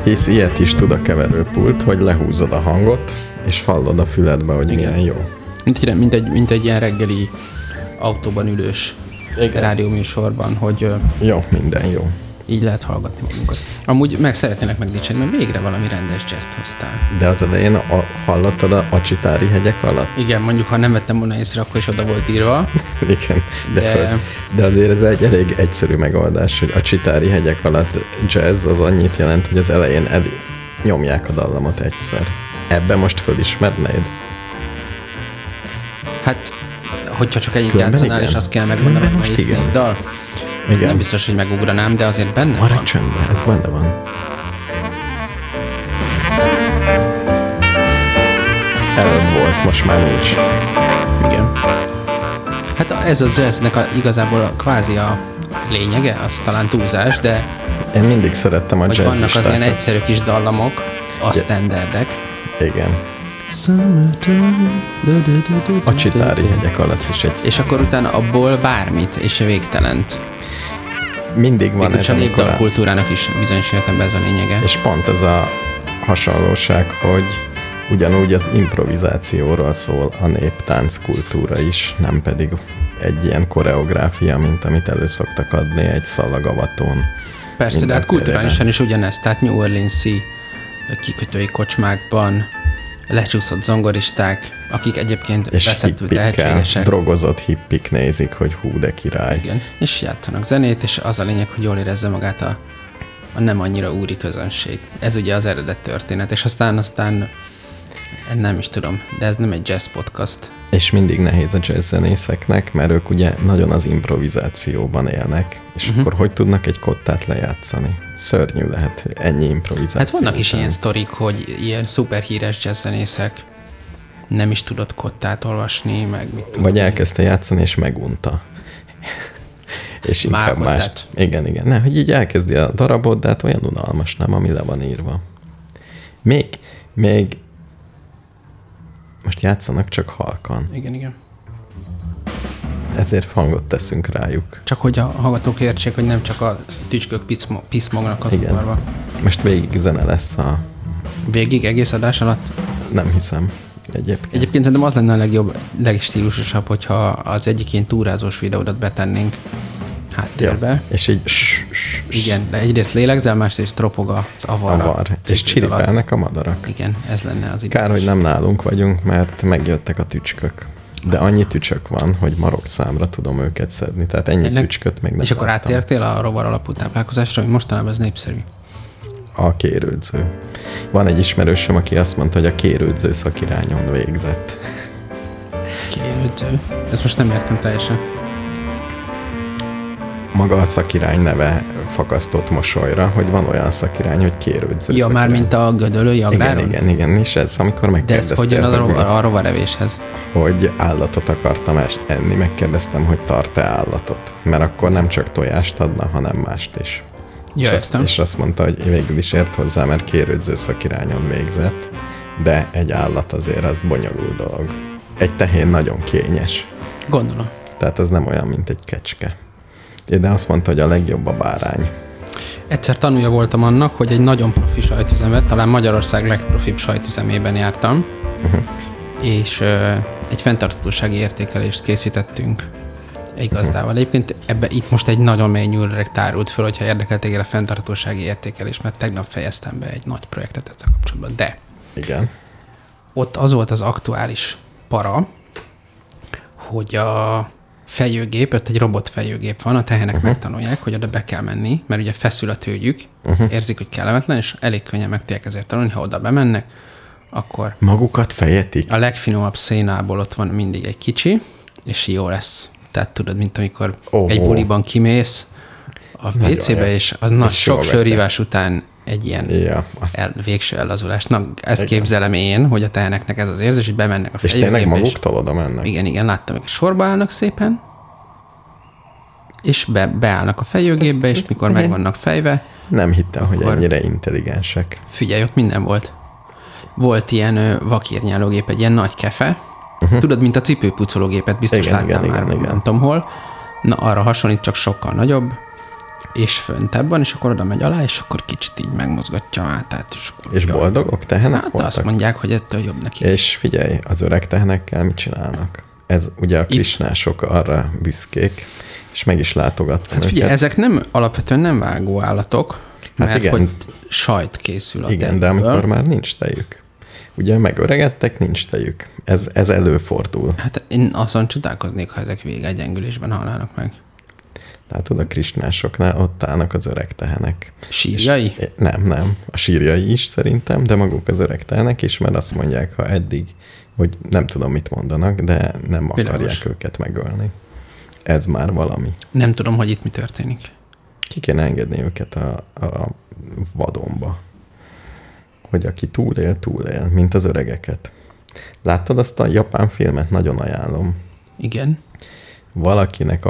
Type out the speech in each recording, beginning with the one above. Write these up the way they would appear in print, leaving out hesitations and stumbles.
hisz ilyet is tud a keverőpult, hogy lehúzod a hangot, és hallod a füledbe, hogy igen. Milyen jó. Mint egy ilyen reggeli autóban ülős rádióműsorban, hogy... Jó, minden jó. Így lehet hallgatni magunkat. Amúgy meg szeretnének megdicsérni, mert végre valami rendes jazzt hoztál. De az elején hallottad a Acsitári hegyek alatt? Igen, mondjuk, ha nem vettem volna észre, akkor is oda volt írva. Igen, de azért ez egy elég egyszerű megoldás, hogy a Acsitári hegyek alatt jazz az annyit jelent, hogy az elején nyomják a dallamot egyszer. Ebben most fölismernéd? Hát, hogyha csak ennyit játszanál, és azt kéne megmondanom, hogy itt egy dal. Igen. Nem biztos, hogy megugranám, de azért benne van. Maradj csöndben, ez benne van. Előbb volt, most már nincs. Igen. Hát ez az jazznek igazából kvázi a lényege, az talán túlzás, de... Én mindig szerettem a jazz vannak az ilyen egyszerű kis dallamok, a standardek. Igen. A Acsitári hegyek alatt is egy... És akkor utána abból bármit, és végtelent. Mindig van ez, a népdalkultúrának is bizonyos értelemben ez a lényege. És pont ez a hasonlóság, hogy ugyanúgy az improvizációról szól a néptánckultúra is, nem pedig egy ilyen koreográfia, mint amit elő szoktak adni egy szalagavatón. Persze, de hát kulturálisan is ugyanez, tehát New Orleans-i kikötői kocsmákban lecsúszott zongoristák, akik egyébként veszettül tehetségesek. Drogozott hippik nézik, hogy hú, de király. Igen, és játszanak zenét, és az a lényeg, hogy jól érezze magát a nem annyira úri közönség. Ez ugye az eredet történet, és aztán nem is tudom, de ez nem egy jazz podcast. És mindig nehéz a jazz zenészeknek, mert ők ugye nagyon az improvizációban élnek, és akkor hogy tudnak egy kottát lejátszani? Szörnyű lehet ennyi improvizáció. Hát vannak is ilyen sztorik, hogy ilyen szuperhíres jazz zenészek nem is tudott kottát olvasni, meg mit tudom. Vagy elkezdte játszani, és megunta. És inkább más. Igen. Ne, hogy így elkezdi a darabot, de hát olyan unalmas, nem, ami le van írva. Még most játszanak csak halkan. Igen. Ezért hangot teszünk rájuk. Csak hogy a hallgatók értsék, hogy nem csak a tücskök piszmognak az udvarba. Most végig zene lesz a... Végig, egész adás alatt? Nem hiszem. Egyébként szerintem az lenne a legjobb, legstílusosabb, hogyha az egyik ilyen túrázós videódat betennénk háttérbe. Ja, és így... Igen, de egyrészt lélegzel, másrészt tropog az avar. És csiripelnek a madarak. Igen, ez lenne az Kár, hogy nem nálunk vagyunk, mert megjöttek a tücskök. De annyi tücsök van, hogy marokszámra tudom őket szedni. Tehát ennyi tücsköt még nem És akkor áttértél a rovar alapú táplálkozásra, hogy mostanában ez népszerű? A kérődző. Van egy ismerősöm, aki azt mondta, hogy a kérődző szakirányon végzett. Kérődző? Ezt most nem értem teljesen. Maga a szakirány neve fakasztott mosolyra, hogy van olyan szakirány, hogy kérődző szakirány. Már mint a gödöllői agráron? Igen, és ez, amikor megkérdeztél. De ez hogy jön a rovarevéshez? Hogy állatot akartam enni, megkérdeztem, hogy tart-e állatot. Mert akkor nem csak tojást adna, hanem mást is. Ja, és azt mondta, hogy végül is ért hozzá, mert kérődző szakirányon végzett, de egy állat azért az bonyolult dolog. Egy tehén nagyon kényes. Gondolom. Tehát ez nem olyan, mint egy kecske. De azt mondta, hogy a legjobb a bárány. Egyszer tanulja voltam annak, hogy egy nagyon profi sajtüzemet, talán Magyarország legprofibb sajtüzemében jártam, és egy fenntarthatósági értékelést készítettünk egy gazdával. Egyébként itt most egy nagyon mély nyúlreg tárult föl, hogyha érdekel téged a fenntarthatósági értékelés, mert tegnap fejeztem be egy nagy projektet ezzel kapcsolatban. De igen. Ott az volt az aktuális para, hogy a fejőgép, ott egy robot fejőgép van, a tehenek megtanulják, hogy oda be kell menni, mert ugye feszül a tőgyük, érzik, hogy kellemetlen, és elég könnyen meg tudják ezért tanulni, ha oda bemennek, akkor... Magukat fejetik? A legfinomabb szénából ott van mindig egy kicsi, és jó lesz. Tehát tudod, mint amikor egy buliban kimész a WC-be, és a sok sörívás után egy ilyen végső ellazulás. Na, ezt képzelem én, hogy a teheneknek ez az érzés, hogy bemennek a fejőgépbe. És tényleg maguktól oda mennek? Igen, láttam, hogy sorba állnak szépen, és beállnak a fejőgépbe, és mikor meg vannak fejve... Nem hittem, hogy ennyire intelligensek. Figyelj, ott minden volt. Volt ilyen vakírnyálógép, egy ilyen nagy kefe. Tudod, mint a cipőpucológépet, biztos láttál már, nem tudom hol. Na, arra hasonlít, csak sokkal nagyobb, és föntebb van, és akkor oda megy alá, és akkor kicsit így megmozgatja át. És boldogok tehenek hát voltak? azt mondják, hogy ettől jobb neki. És figyelj, az öreg tehenekkel mit csinálnak? Ez ugye a krisnások arra büszkék, és meg is látogattam Hát figyelj, ezek nem alapvetően nem vágó állatok, mert igen. hogy sajt készül a igen, de amikor már nincs tejük. Ugye megöregedtek, nincs tejük. Ez előfordul. Hát én azon csodálkoznék, ha ezek gyengülésben halnának meg. Látod, a krisnásoknál ott állnak az öreg tehenek. Sírjai? Nem. A sírjai is szerintem, de maguk az öreg tehenek is, mert azt mondják, ha eddig, hogy nem tudom, mit mondanak, de nem akarják őket megölni. Ez már valami. Nem tudom, hogy itt mi történik. Ki kéne engedni őket a vadonba. Hogy aki túlél, mint az öregeket. Láttad azt a japán filmet? Nagyon ajánlom. Igen. Valakinek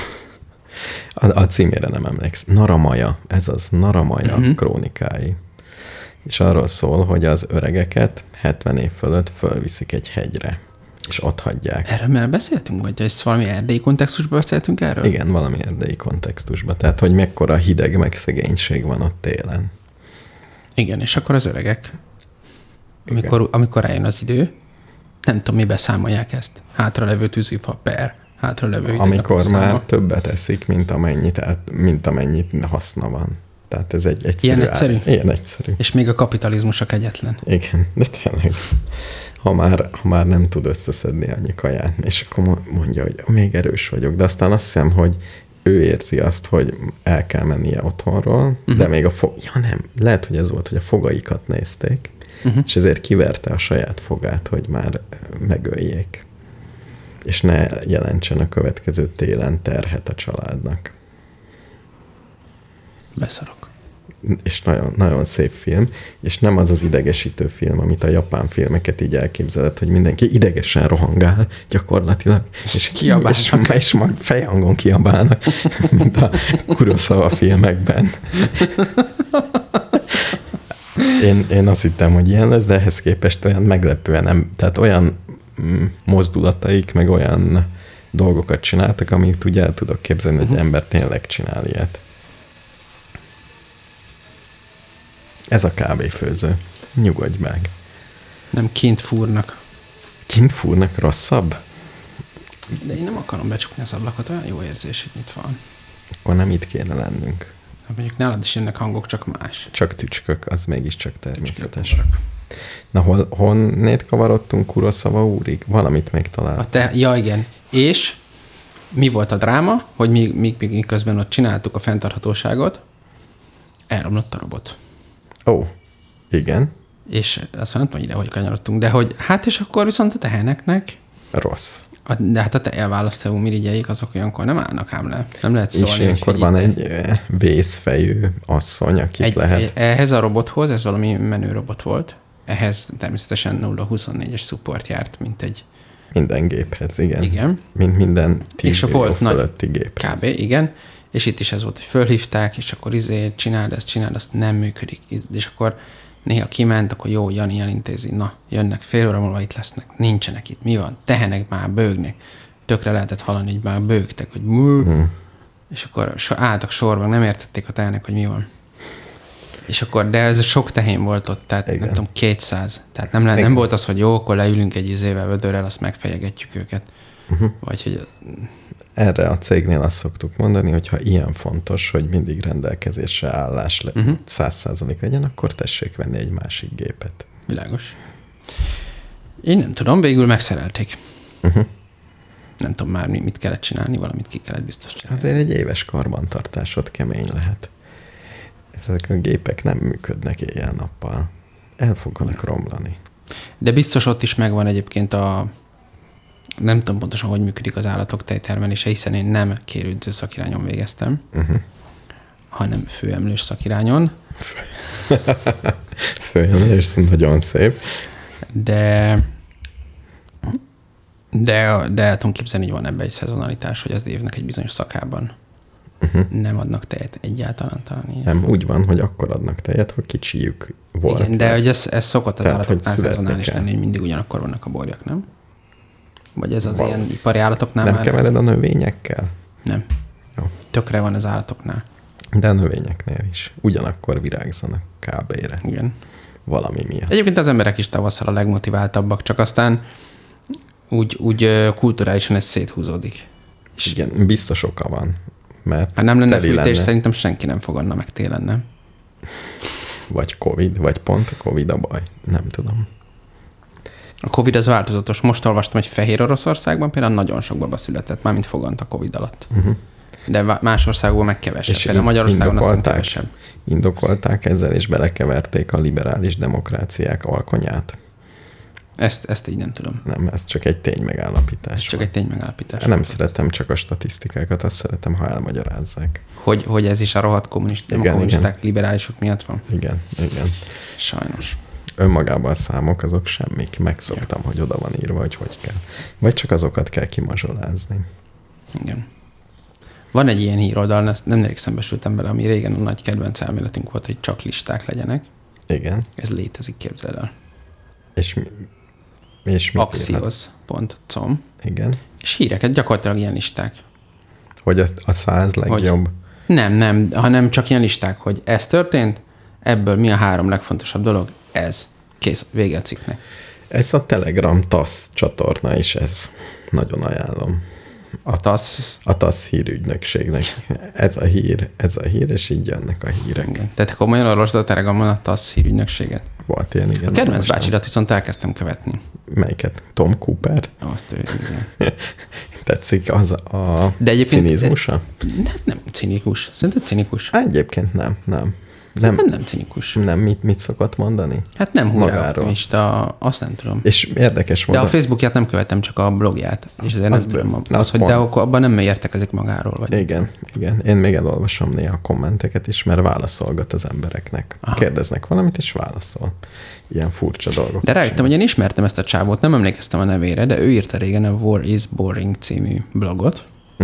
a címére nem emlékszem. Naramaja, ez az Naramaja krónikái. És arról szól, hogy az öregeket 70 év fölött fölviszik egy hegyre, és ott hagyják. Erről már beszéltünk, vagy ezt valami erdélyi kontextusban beszéltünk erről? Igen, valami erdélyi kontextusban. Tehát, hogy mekkora hideg meg szegénység van ott télen. Igen, és akkor az öregek, amikor eljön az idő, nem tudom, mi beszámolják ezt. Hátralevő tűzifa per hátralevő amikor már többet eszik, mint amennyit haszna van. Tehát ez egy egyszerű. Ilyen egyszerű. És még a kapitalizmus a kegyetlen. Igen, de tényleg. Ha már nem tud összeszedni annyi kaját, és akkor mondja, hogy még erős vagyok, de aztán azt hiszem, hogy ő érzi azt, hogy el kell mennie otthonról, de még lehet, hogy ez volt, hogy a fogaikat nézték, és ezért kiverte a saját fogát, hogy már megöljék. És ne jelentsen a következő télen terhet a családnak. Beszarok. És nagyon, nagyon szép film, és nem az az idegesítő film, amit a japán filmeket így elképzeled, hogy mindenki idegesen rohangál gyakorlatilag, és kiabálnak, és majd fejhangon kiabálnak, mint a Kurosawa filmekben. Én azt hittem, hogy ilyen lesz, de ehhez képest olyan meglepően nem, tehát olyan mozdulataik, meg olyan dolgokat csináltak, amit ugye el tudok képzelni, hogy ember tényleg csinál ilyet. Ez a kávéfőző. Nyugodj meg. Nem kint fúrnak. Kint fúrnak rosszabb? De én nem akarom becsukni az ablakot, olyan jó érzés, hogy nyitva van. Akkor nem itt kéne lennünk. Hát mondjuk nálad is jönnek hangok, csak más. Csak tücskök, az mégiscsak természetes. Na, honnét kavarodtunk Kurosawa úrig? Valamit még talál. Ja, igen. És mi volt a dráma, hogy miközben ott csináltuk a fenntarthatóságot, elromlott a robot. Ó, igen. És azt nem tudom ide, hogy kanyarodtunk, de hogy hát és akkor viszont a teheneknek rossz. De hát a te elválasztó mirigyeik azok olyankor nem állnak ám le. Nem lehet szólni. És ilyenkor van egy vészfejű asszony, akit lehet. Ehhez a robothoz, ez valami menő robot volt, ehhez természetesen 0-24-es support járt, mint egy... Minden géphez, igen. Igen. Mint minden 10 millió fölötti géphez. Kb. Igen. És itt is ez volt, hogy fölhívták, és akkor csináld ezt, nem működik. És akkor néha kiment, akkor jó, Jani elintézi, na, jönnek, fél óra múlva itt lesznek, nincsenek itt, mi van? Tehenek már, bőgnek. Tökre lehetett hallani, hogy már bőgtek, hogy és akkor álltak sorban, nem értették a tehenek, hogy mi van. És akkor, de ez sok tehén volt ott, tehát igen. Nem tudom, 200. Tehát nem volt az, hogy jó, akkor leülünk egy izével, vödörrel, azt megfejegetjük őket. Vagy hogy... Erre a cégnél azt szoktuk mondani, hogy ha ilyen fontos, hogy mindig rendelkezésre állás 100% legyen, akkor tessék venni egy másik gépet. Világos. Én nem tudom, végül megszerelték. Nem tudom már, mit kellett csinálni, valamit ki kellett biztos csinálni. Azért egy éves karbantartásod kemény lehet. Ezek a gépek nem működnek éjjel-nappal. El fognak romlani. De biztos ott is megvan egyébként nem tudom pontosan, hogy működik az állatok tejtermelése, hiszen én nem kérődző szakirányon végeztem, hanem főemlős szakirányon. Főemlős, nagyon szép. De el tudom képzelni, hogy van ebben egy szezonalitás, hogy az évnek egy bizonyos szakában nem adnak tejet egyáltalán. Talán ilyen. Nem, úgy van, hogy akkor adnak tejet, hogy kicsiük volt. Igen, de hogy ez szokott az állatoknál szezonális lenni, hogy mindig ugyanakkor vannak a borjak, nem? Vagy ez az ilyen ipari állatoknál nem már... kevered a növényekkel? Nem. Jó. Tökre van az állatoknál. De a növényeknél is. Ugyanakkor virágzanak kb-re. Igen. Valami miatt. Egyébként az emberek is tavasszal a legmotiváltabbak, csak aztán úgy kulturálisan ez széthúzódik. Igen, biztos oka van. Mert ha nem lenne teli fűtés, lenne. szerintem senki nem fogadna meg télen, nem? Vagy Covid, vagy pont a Covid a baj. Nem tudom. A Covid az változatos. Most olvastam, hogy Fehér Oroszországban például nagyon sok baba született, mármint fogant a Covid alatt. De más országokban meg kevesebb. És Például Magyarországon aztán kevesebb. Indokolták ezzel, és belekeverték a liberális demokráciák alkonyát. Ezt így nem tudom. Nem, ez csak egy ténymegállapítás. Ez csak egy ténymegállapítás. Nem szeretem csak a statisztikákat, azt szeretem, ha elmagyarázzák. Hogy ez is a rohadt kommunisták, liberálisok miatt van? Igen. Sajnos. Önmagában a számok azok semmik. Megszoktam, hogy oda van írva, hogy kell. Vagy csak azokat kell kimazsolázni. Igen. Van egy ilyen híroldal, ezt nem szembesültem bele, ami régen a nagy kedvenc elméletünk volt, hogy csak listák legyenek. Igen. Ez létezik, képzeld el. És mit Axios.com. Igen. És híreket, gyakorlatilag ilyen listák. Hogy a 100 legjobb. Nem, hanem csak ilyen listák, hogy ez történt, ebből mi a 3 legfontosabb dolog, ez. Kész, vége a cikknek. Ez a Telegram TASZ csatorna is, ez nagyon ajánlom. A TASZ. A TASZ hírügynökségnek. Ez a hír, és így jönnek a hírek. Igen. Tehát komolyan olvasod a Telegramon a TASZ hírügynökséget? Volt ilyen, igen. A kedvenc bácsidat viszont elkezdtem követni. Melyiket? Tom Cooper? Azt ő, igen. Tetszik az a de egyébként, cinizmusa? Nem cinikus. Szerinted cinikus? Egyébként nem. Nem cinikus. Nem, mit szokott mondani? Hát nem hurrá, azt nem tudom. És érdekes módon. De a Facebookját nem követem, csak a blogját. És ezért nem tudom. De akkor abban nem értekezik magáról. Vagy. Igen. Én még elolvasom néha a kommenteket is, mert válaszolgat az embereknek. Aha. Kérdeznek valamit, és válaszol. Ilyen furcsa dolgok. De rájöttem, hogy én ismertem ezt a csávót, nem emlékeztem a nevére, de ő írta régen a War is Boring című blogot,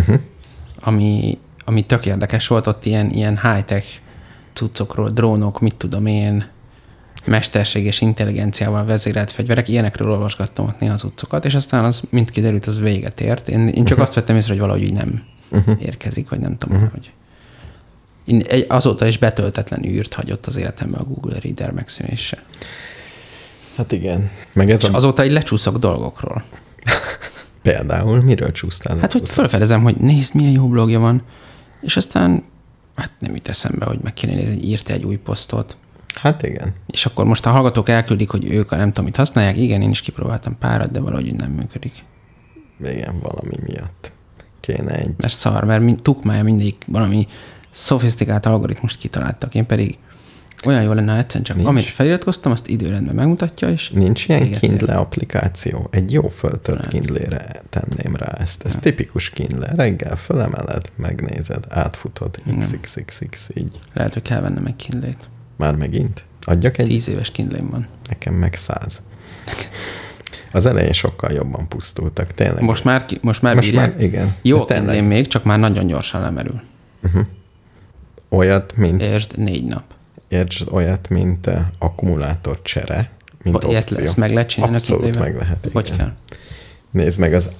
ami tök érdekes volt, ott ilyen high-tech cuccokról, drónok, mit tudom én, mesterséges intelligenciával vezérelt fegyverek, ilyenekről olvasgattam ott néha az cuccokat, és aztán az, mint kiderült, az véget ért. Én csak azt vettem észre, hogy valahogy így nem érkezik, vagy nem tudom, hogy... azóta is betöltetlen űrt hagyott az életemben a Google Reader megszűnése. Hát igen. Meg ez és azóta így lecsúszok dolgokról. Például miről csúsztál? Hát, hogy felfedezem, hogy nézd, milyen jó blogja van, és aztán hát nem jut eszembe, hogy meg kéne nézni, hogy írta egy új posztot. Hát igen. És akkor most a hallgatók elküldik, hogy ők a nem tudom, mit használják. Igen, én is kipróbáltam párat, de valahogy nem működik. Igen, valami miatt. Kéne egy... Mert szar, mert tukmája mindig valami szofisztikált algoritmust kitaláltak. Én pedig olyan jó lenne, ha egyszerűen csak amit feliratkoztam, azt időrendben megmutatja, és... Nincs ilyen Kindle applikáció. Egy jó föltört Kindle-re tenném rá ezt. Ez tipikus Kindle. Reggel fölemeled, megnézed, átfutod, xxxx így. Lehet, hogy kell vennem egy Kindle-t. Már megint? Adjak egy? 10 éves Kindle-m van. Nekem meg 100. Az elején sokkal jobban pusztultak, tényleg. Most már bírják. Igen. Jó Kindle még, csak már nagyon gyorsan lemerül. Olyat, mint... Értsd 4 nap. Értsd olyat, mint akkumulátor csere, mint opció. Ezt meg lehet csinálni? Abszolút meg lehet. Hogy kell? Nézd meg az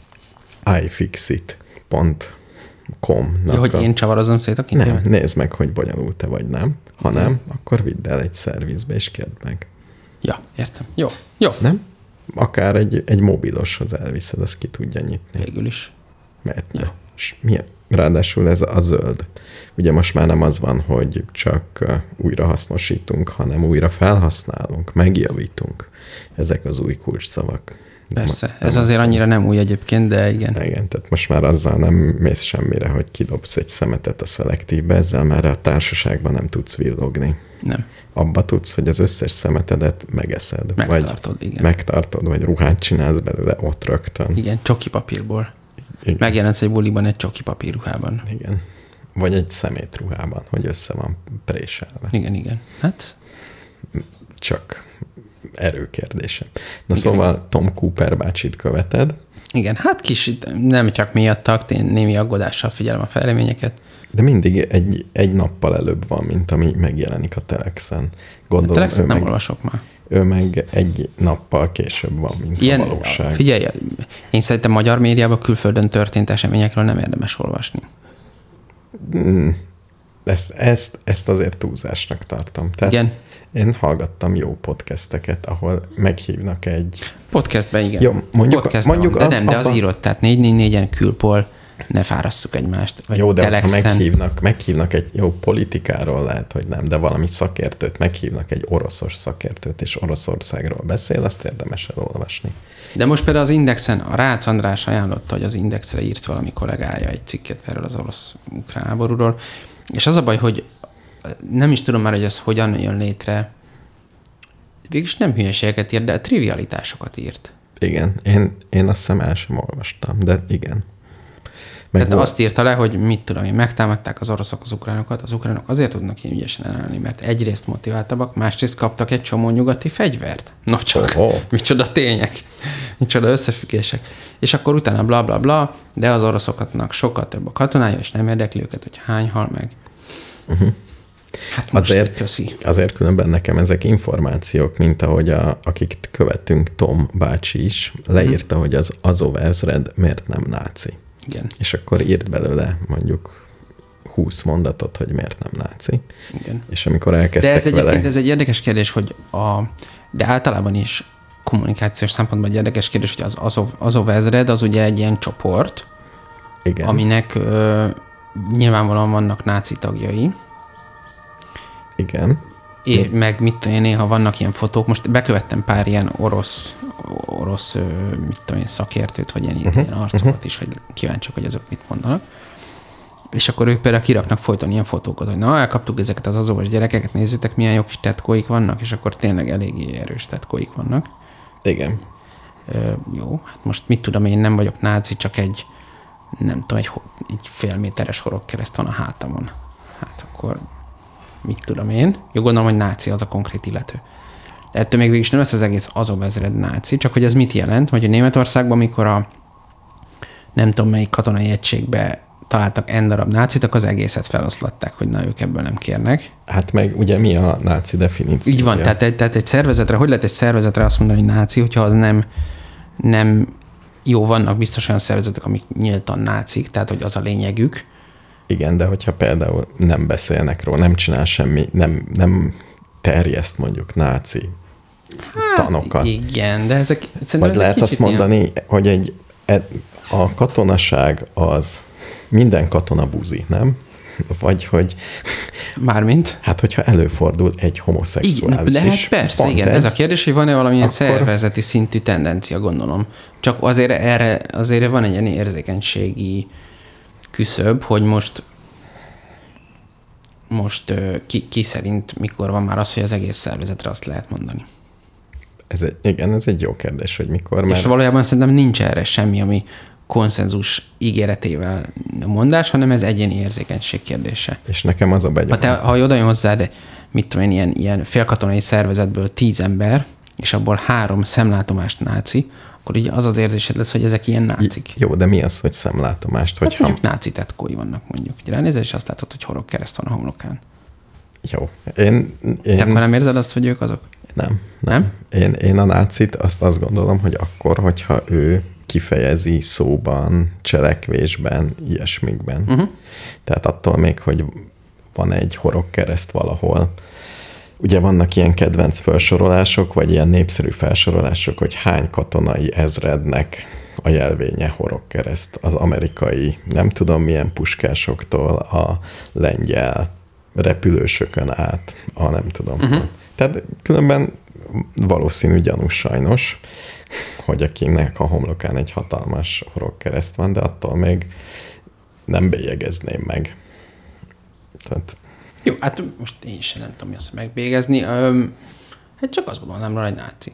ifixit.com. Ja, hogy én csavarozom szét a Kindle-t? Nem, nézd meg, hogy bonyolult-e vagy nem. Ha nem, akkor vidd el egy szervizbe, és kérd meg. Ja, értem. Jó. Nem? Akár egy mobiloshoz elviszed, azt ki tudja nyitni. Végül is. Mert ja. Ráadásul ez a zöld. Ugye most már nem az van, hogy csak újra hasznosítunk, hanem újra felhasználunk, megjavítunk. Ezek az új kulcsszavak. Persze, ez azért annyira nem új egyébként, de igen. Igen, tehát most már azzal nem mész semmire, hogy kidobsz egy szemetet a szelektívbe, ezzel már a társaságban nem tudsz villogni. Nem. Abba tudsz, hogy az összes szemetedet megeszed. Megtartod, vagy igen. Megtartod, vagy ruhát csinálsz belőle ott rögtön. Igen, csoki papírból. Igen. Megjelensz egy buliban egy csoki papírruhában. Igen. Vagy egy szemétruhában, hogy össze van préselve. Igen. Hát... Csak erőkérdése. Na igen. Szóval Tom Cooper bácsit követed. Igen, hát nem csak miattak, én némi aggodással figyelem a fejleményeket. De mindig egy nappal előbb van, mint ami megjelenik a Telexen. Gondolom, a Telexet nem olvasok már. Ő meg egy nappal később van, mint a valóság. Figyelj, én szerintem magyar médiában külföldön történt eseményekről nem érdemes olvasni. ezt azért túlzásnak tartom. Tehát igen. Én hallgattam jó podcasteket, ahol meghívnak egy... Podcastben, igen. Jó, mondjuk van, de nem, de az írott, tehát 444-en külpol ne fárasszuk egymást. Vagy jó, de telexen. ha meghívnak egy jó politikáról, lehet, hogy nem, de valami szakértőt, meghívnak egy oroszos szakértőt, és Oroszországról beszél, azt érdemes elolvasni. De most például az Indexen, a Rácz András ajánlotta, hogy az Indexre írt valami kollégája egy cikket erről az orosz-ukrán háborúról, és az a baj, hogy nem is tudom már, hogy ez hogyan jön létre. Végülis nem hülyeségeket írt, de trivialitásokat írt. Igen, én azt hiszem el sem olvastam, de igen. Tehát azt írta le, hogy mit tudom én, megtámadták az oroszok az ukránokat, az ukránok azért tudnak ilyen ügyesen ellenállni, mert egyrészt motiváltabbak, másrészt kaptak egy csomó nyugati fegyvert. No csak, micsoda tények, micsoda összefüggések. És akkor utána bla bla bla, de az oroszoknak sokkal több a katonája, és nem érdekli őket, hogy hány hal meg. Hát most azért különben nekem ezek információk, mint ahogy akik követünk, Tom bácsi is leírta, hogy az Azov ezred miért nem náci. Igen. És akkor írt belőle mondjuk 20 mondatot, hogy miért nem náci. Igen. És amikor elkezdtek de ez egy érdekes kérdés, hogy de általában is kommunikációs szempontból egy érdekes kérdés, hogy az Azov ezred az ugye egy ilyen csoport, igen. Aminek nyilvánvalóan vannak náci tagjai. Igen. Meg mit tudom én, néha vannak ilyen fotók, most bekövettem pár ilyen orosz mit tudom én, szakértőt, vagy ilyen arcokat is, hogy kíváncsiak, hogy azok mit mondanak. És akkor ők például kiraknak folyton ilyen fotókat, hogy na, elkaptuk ezeket az azovos gyerekeket, nézzétek, milyen jó kis tetkóik vannak, és akkor tényleg eléggé erős tetkóik vannak. Igen. Jó, hát most mit tudom én, nem vagyok náci, csak egy nem tudom, egy fél méteres horogkereszt van a hátamon. Hát akkor mit tudom én? Jó, gondolom, hogy náci az a konkrét illető. De ettől még végig nem lesz az egész Azov ezred náci, csak hogy ez mit jelent, hogy a Németországban, amikor a nem tudom melyik katonai egységbe találtak n darab nácit, akkor az egészet feloszlatták, hogy na, ők ebből nem kérnek. Hát meg ugye mi a náci definíció? Így van, tehát egy szervezetre, hogy lehet egy szervezetre azt mondani, hogy náci, hogyha az nem jó, vannak biztos olyan szervezetek, amik nyíltan nácik, tehát hogy az a lényegük. Igen, de hogyha például nem beszélnek róla, nem csinál semmi, nem terjeszt mondjuk tanokat. Igen, de ezek szerintem vagy lehet azt mondani, hogy a katonaság az minden katona buzi, nem? Vagy hogy... Mármint? Hát, hogyha előfordul egy homoszexuális. Igen, lehet persze, igen. Ez a kérdés, hogy van-e valamilyen szervezeti szintű tendencia, gondolom. Csak azért van egy ilyen érzékenységi küszöb, hogy most ki szerint mikor van már az, hogy az egész szervezetre azt lehet mondani. Ez egy jó kérdés, hogy mikor. És valójában szerintem nincs erre semmi, ami konszenzus ígéretével mondás, hanem ez egyéni érzékenység kérdése. És nekem az a benyomás. Ha oda jön hozzá, de mit tudom én, ilyen félkatonai szervezetből 10 ember, és abból 3 szemlátomást náci, akkor így az érzésed lesz, hogy ezek ilyen nácik. Jó, de mi az, hogy szemlátomást? Hát mondjuk náci tetkói vannak mondjuk. Ránézel, és azt látod, hogy horogkereszt van a homlokán. Jó. Te akkor nem érzed azt, hogy ők azok? Nem? Én a nácit azt gondolom, hogy akkor, hogyha ő kifejezi szóban, cselekvésben, ilyesmikben. Tehát attól még, hogy van egy horogkereszt valahol. Ugye vannak ilyen kedvenc felsorolások, vagy ilyen népszerű felsorolások, hogy hány katonai ezrednek a jelvénye horogkereszt. Az amerikai, nem tudom milyen puskásoktól, a lengyel repülősökön át, a nem tudom. Tehát különben valószínű gyanús sajnos, hogy akinek a homlokán egy hatalmas horogkereszt van, de attól még nem bélyegezném meg. Tehát... Jó, hát most én sem nem tudom, mi azt megbélyegezni. Hát csak azt gondolom róla, hogy náci.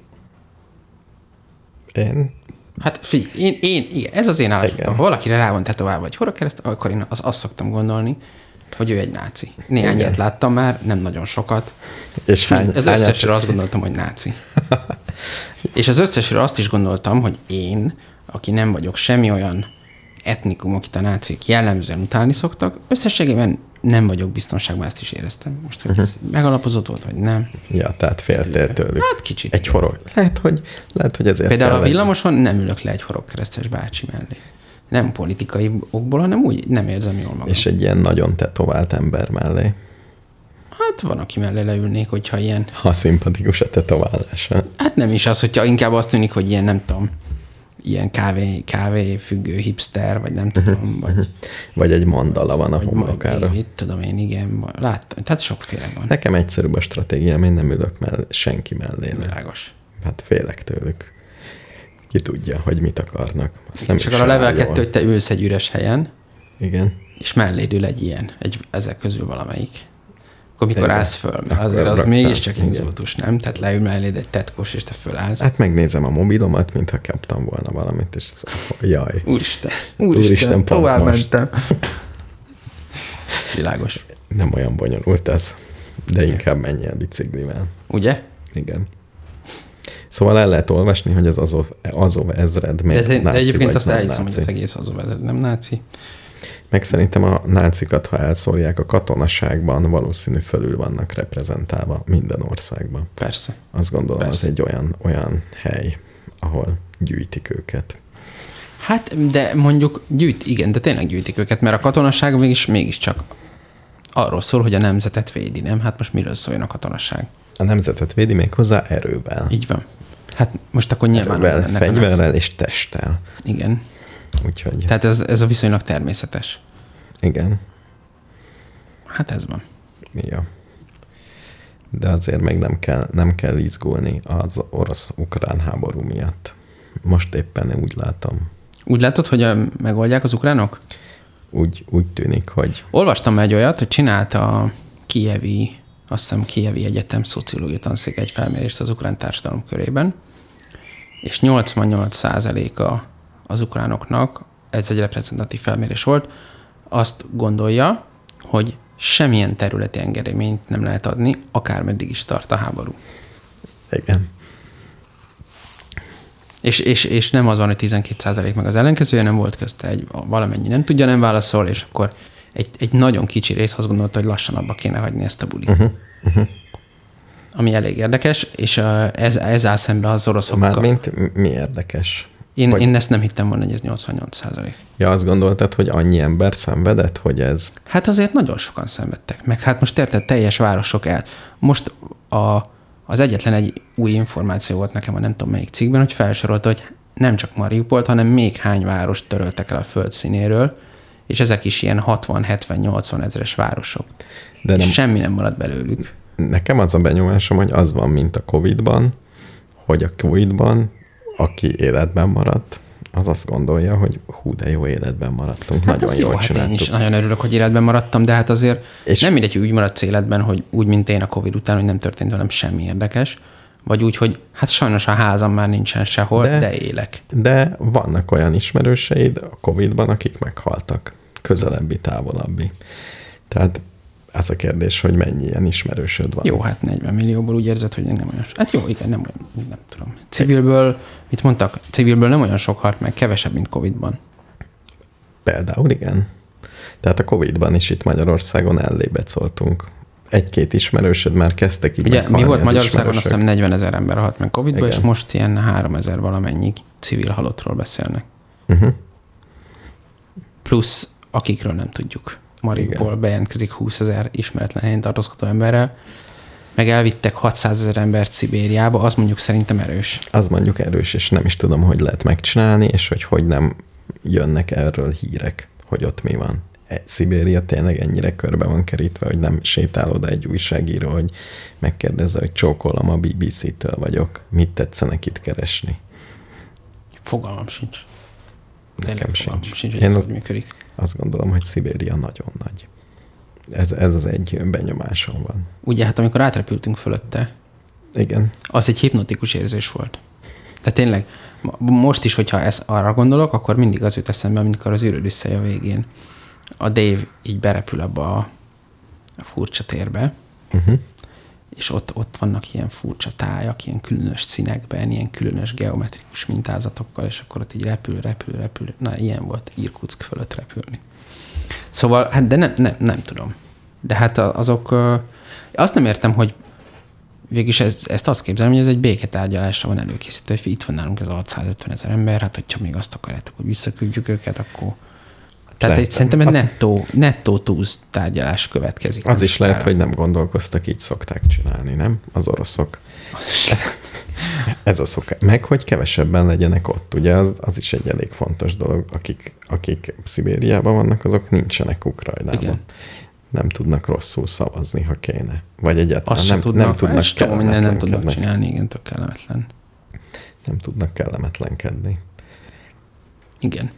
Hát figyelj, igen, ez az én álláspontom. Ha valakire rá van tetoválva egy horogkereszt, akkor én azt szoktam gondolni, hogy ő egy náci. Néhány ilyet láttam már, nem nagyon sokat. És az összesről azt gondoltam, hogy náci. És az összesről azt is gondoltam, hogy én, aki nem vagyok semmi olyan etnikum, akit a nácik jellemzően utálni szoktak, összességében nem vagyok biztonságban, ezt is éreztem. Most, hogy ez megalapozott volt, vagy nem. Ja, tehát féltél tőlük. Hát kicsit. Egy horog. Lehet, hogy ezért például a villamoson nem ülök le egy horogkeresztes bácsi mellé. Nem politikai okból, hanem úgy nem érzem jól magam. És egy ilyen nagyon tetovált ember mellé. Hát van, aki mellé leülnék, hogyha ilyen... Ha szimpatikus a tetoválása. Hát nem is az, hogyha inkább azt tűnik, hogy ilyen, nem tudom, ilyen kávé függő hipster, vagy nem tudom, vagy egy mandala van a homlokára. Itt tudom én, igen, láttam. Tehát sokféle van. Nekem egyszerűbb a stratégiám, én nem ülök senki mellé. Világos. Hát félek tőlük. Ki tudja, hogy mit akarnak. Csak a level 2, hogy te ülsz egy üres helyen, igen. És melléd ül egy ilyen, ezek közül valamelyik. Akkor mikor állsz föl, mert azért az mégiscsak inzultus, nem? Tehát leül melléd egy tetkos, és te fölállsz. Hát megnézem a mobilomat, mintha kaptam volna valamit, és jaj. Úristen, tovább mentem. Világos. Nem olyan bonyolult ez, de inkább menjél biciklivel. Ugye? Igen. Szóval el lehet olvasni, hogy az Azov ezred még náci, de egyébként azt elhiszem, hogy az egész Azov ezred nem náci. Meg szerintem a nácikat, ha elszórják a katonaságban, valószínű fölül vannak reprezentálva minden országban. Persze. Azt gondolom, Persze. az egy olyan hely, ahol gyűjtik őket. Hát, de mondjuk igen, de tényleg gyűjtik őket, mert a katonaság mégiscsak arról szól, hogy a nemzetet védi, nem? Hát most miről szóljon a katonaság? A nemzetet védi még hozzá erővel. Így van. Hát most akkor nyilván... Erővel, fegyverrel és testtel. Igen. Úgyhogy... Tehát ez a viszonylag természetes. Igen. Hát ez van. Ja. De azért még nem kell izgulni az orosz-ukrán háború miatt. Most éppen úgy látom. Úgy látod, hogy megoldják az ukránok? Úgy tűnik, hogy... Olvastam egy olyat, hogy csinált a Kijevi Egyetem szociológia tanszék egy felmérést az ukrán társadalom körében, és 88%-a az ukránoknak, ez egy reprezentatív felmérés volt, azt gondolja, hogy semmilyen területi engedményt nem lehet adni, akármeddig is tart a háború. Igen. És nem az van, hogy 12% meg az ellenkezője, nem volt közte valamennyi nem tudja, nem válaszol, és akkor egy nagyon kicsi rész azt gondolta, hogy lassan abba kéne hagyni ezt a bulit. Ami elég érdekes, és ez áll szembe az oroszokkal. Mármint mi érdekes? Én ezt nem hittem volna, hogy ez 88%. Ja, azt gondoltad, hogy annyi ember szenvedett, hogy ez... Hát azért nagyon sokan szenvedtek. Meg hát most érted, teljes városok el. Most az egyetlen egy új információ volt nekem, a nem tudom melyik cikkben, hogy felsorolta, hogy nem csak Mariupolt, hanem még hány várost töröltek el a föld színéről, és ezek is ilyen 60-70-80 ezeres városok. De és semmi nem maradt belőlük. Nekem az a benyomásom, hogy az van, mint a Covid-ban, hogy a Covid-ban, aki életben maradt, az azt gondolja, hogy hú, de jó életben maradtunk. Hát nagyon jól csináltuk. Én is nagyon örülök, hogy életben maradtam, de hát azért nem mindegy, hogy úgy maradsz életben, hogy úgy, mint én a Covid után, hogy nem történt velem semmi érdekes, vagy úgy, hogy hát sajnos a házam már nincsen sehol, de élek. De vannak olyan ismerőseid a Covid-ban, akik meghaltak. Közelebbi, távolabbi. Tehát az a kérdés, hogy mennyi ilyen ismerősöd van. Jó, hát 40 millióból úgy érzed, hogy nem olyan sok. Hát jó, igen, nem tudom. Civilből, mit mondtak? Civilből nem olyan sok halt meg, kevesebb, mint Covid-ban. Például igen. Tehát a Covid-ban is itt Magyarországon ellébecoltunk. Egy-két ismerősöd már kezdtek így ugye, mi volt Magyarországon, azt hiszem 40 000 ember halt meg Covid-ban, és most ilyen 3 000 valamennyi civil halottról beszélnek. Plusz akikről nem tudjuk. Mariupol bejelentkezik 20 000 ismeretlen helyen tartózkodó emberrel, meg elvittek 600 000 embert Szibériába, az mondjuk szerintem erős. Az mondjuk erős, és nem is tudom, hogy lehet megcsinálni, és hogy nem jönnek erről hírek, hogy ott mi van. Szibéria tényleg ennyire körbe van kerítve, hogy nem sétál oda egy újságíró, hogy megkérdezze, hogy csókolom, a BBC-től vagyok. Mit tetszenek itt keresni? Fogalmam sincs. Nekem sincs. Hogy ez hogy működik. Azt gondolom, hogy Szibéria nagyon nagy. Ez az egy benyomásom van. Ugye, hát amikor átrepültünk fölötte, igen. Az egy hipnotikus érzés volt. Tehát tényleg, most is, hogyha arra gondolok, akkor mindig az jut eszembe, amikor az űrőr visszaja a végén. A Dave így berepül abba a furcsa térbe, és ott vannak ilyen furcsa tájak, ilyen különös színekben, ilyen különös geometrikus mintázatokkal, és akkor ott így repül. Na, ilyen volt Irkutsk fölött repülni. Szóval, hát de nem tudom. De hát azok, azt nem értem, hogy végülis ezt azt képzelem, hogy ez egy béketárgyalásra van előkészítve, hogy itt van nálunk ez a 650 000 ember, hát hogyha még azt akarjátok, hogy visszaküldjük őket, akkor... Tehát szerintem egy nettó túlz tárgyalás következik. Az is lehet, hogy nem gondolkoztak, így szokták csinálni, nem? Az oroszok. Az is lehet. Ez a szokás. Meg, hogy kevesebben legyenek ott. Ugye az is egy elég fontos dolog. Akik Szibériában vannak, azok nincsenek Ukrajnában. Igen. Nem tudnak rosszul szavazni, ha kéne. Vagy egyáltalán nem tudnak nem tudnak csinálni, igen, tök kellemetlen. Nem tudnak kellemetlenkedni. Igen.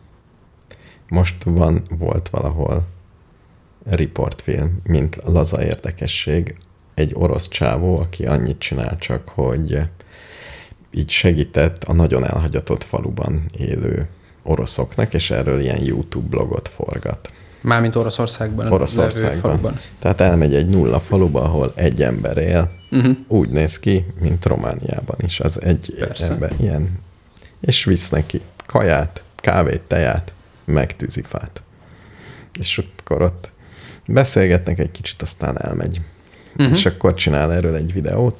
Most volt valahol riportfilm, mint laza érdekesség, egy orosz csávó, aki annyit csinál csak, hogy így segített a nagyon elhagyatott faluban élő oroszoknak, és erről ilyen YouTube blogot forgat. Mármint Oroszországban. Faluban. Tehát elmegy egy nulla faluba, ahol egy ember él. Úgy néz ki, mint Romániában is. Az egy ember ilyen. És visz neki kaját, kávét, teját, meg tűzifát. És akkor ott beszélgetnek egy kicsit, aztán elmegy. És akkor csinál erről egy videót.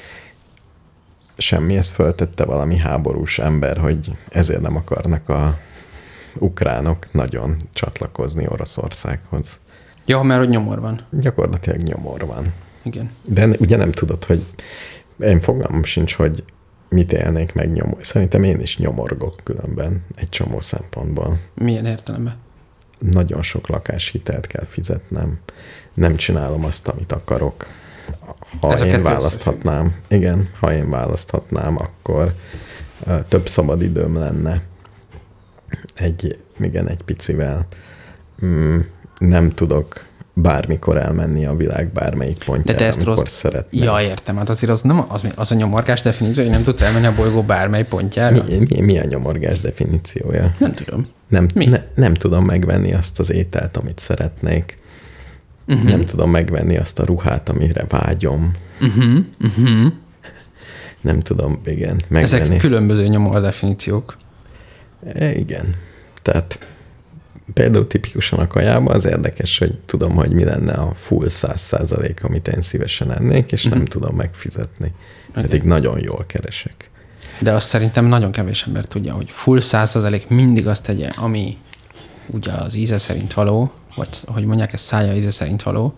Semmihez föltette valami háborús ember, hogy ezért nem akarnak a ukránok nagyon csatlakozni Oroszországhoz. Ja, mert hogy nyomor van. Gyakorlatilag nyomor van. Igen. De ugye nem tudod, hogy én fogalmam sincs, hogy mit élnék meg nyomor. Szerintem én is nyomorgok különben egy csomó szempontból. Milyen értelemben? Nagyon sok lakáshitelt kell fizetnem. Nem csinálom azt, amit akarok. Ha én választhatnám, ha én választhatnám, akkor több szabadidőm lenne egy picivel. Nem tudok bármikor elmenni a világ bármelyik pontjára, amikor szeretném. Ja, értem. Hát azért az a nyomorgás definíció, hogy nem tudsz elmenni a bolygó bármely pontjára. Mi a nyomorgás definíciója? Nem tudom. Nem tudom megvenni azt az ételt, amit szeretnék. Nem tudom megvenni azt a ruhát, amire vágyom. Nem tudom, megvenni. Ezek különböző nyomor definíciók. Igen. Tehát például tipikusan a kajában az érdekes, hogy tudom, hogy mi lenne a full 100%, amit én szívesen ennék, és nem tudom megfizetni. Pedig nagyon jól keresek. De azt szerintem nagyon kevés ember tudja, hogy full 100% mindig azt tegye, ami ugye az íze szerint való, vagy hogy mondják, ez szája íze szerint való,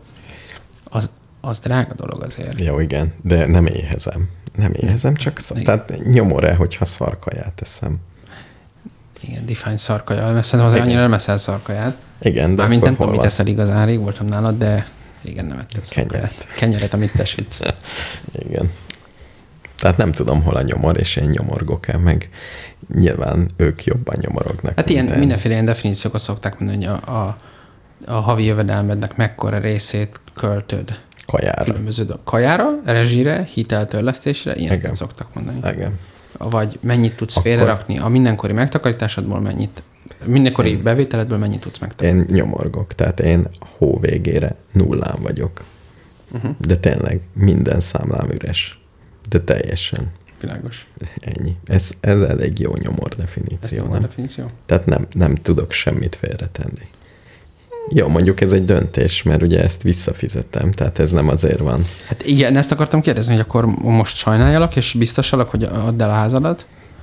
az drága dolog azért. Jó, igen, de nem éhezem. Nem éhezem, csak tehát nyomor-e, hogyha szarkaját eszem. Igen, define szarkaja. Mert szerintem azért annyira nem eszel szarkaját. Igen, de mármint nem tudom, mit eszel igazán, rég voltam nálad, de igen, nem ettem szarkaját. Kenyeret, amit te sütsz. Igen. Tehát nem tudom, hol a nyomor, és én nyomorgok el, meg nyilván ők jobban nyomorognak. Hát mindenféle ilyen definíciókat szokták mondani, hogy a havi jövedelmednek mekkora részét költöd. Kajára. Különböző kajára, rezsire, hiteltörlesztésre, ilyeneket szoktak mondani. Igen. Vagy mennyit tudsz félrerakni a mindenkori megtakarításodból, mindenkori bevételedből mennyit tudsz megtakarítani. Én nyomorgok, tehát én hó végére nullán vagyok. De tényleg minden számlám üres. De teljesen. Világos. Ennyi. Ez elég jó nyomor definíció. Tehát nem tudok semmit félretenni. Jó, mondjuk ez egy döntés, mert ugye ezt visszafizettem, tehát ez nem azért van. Hát igen, ezt akartam kérdezni, hogy akkor most sajnáljalak, és biztosalak, hogy add el a házadat,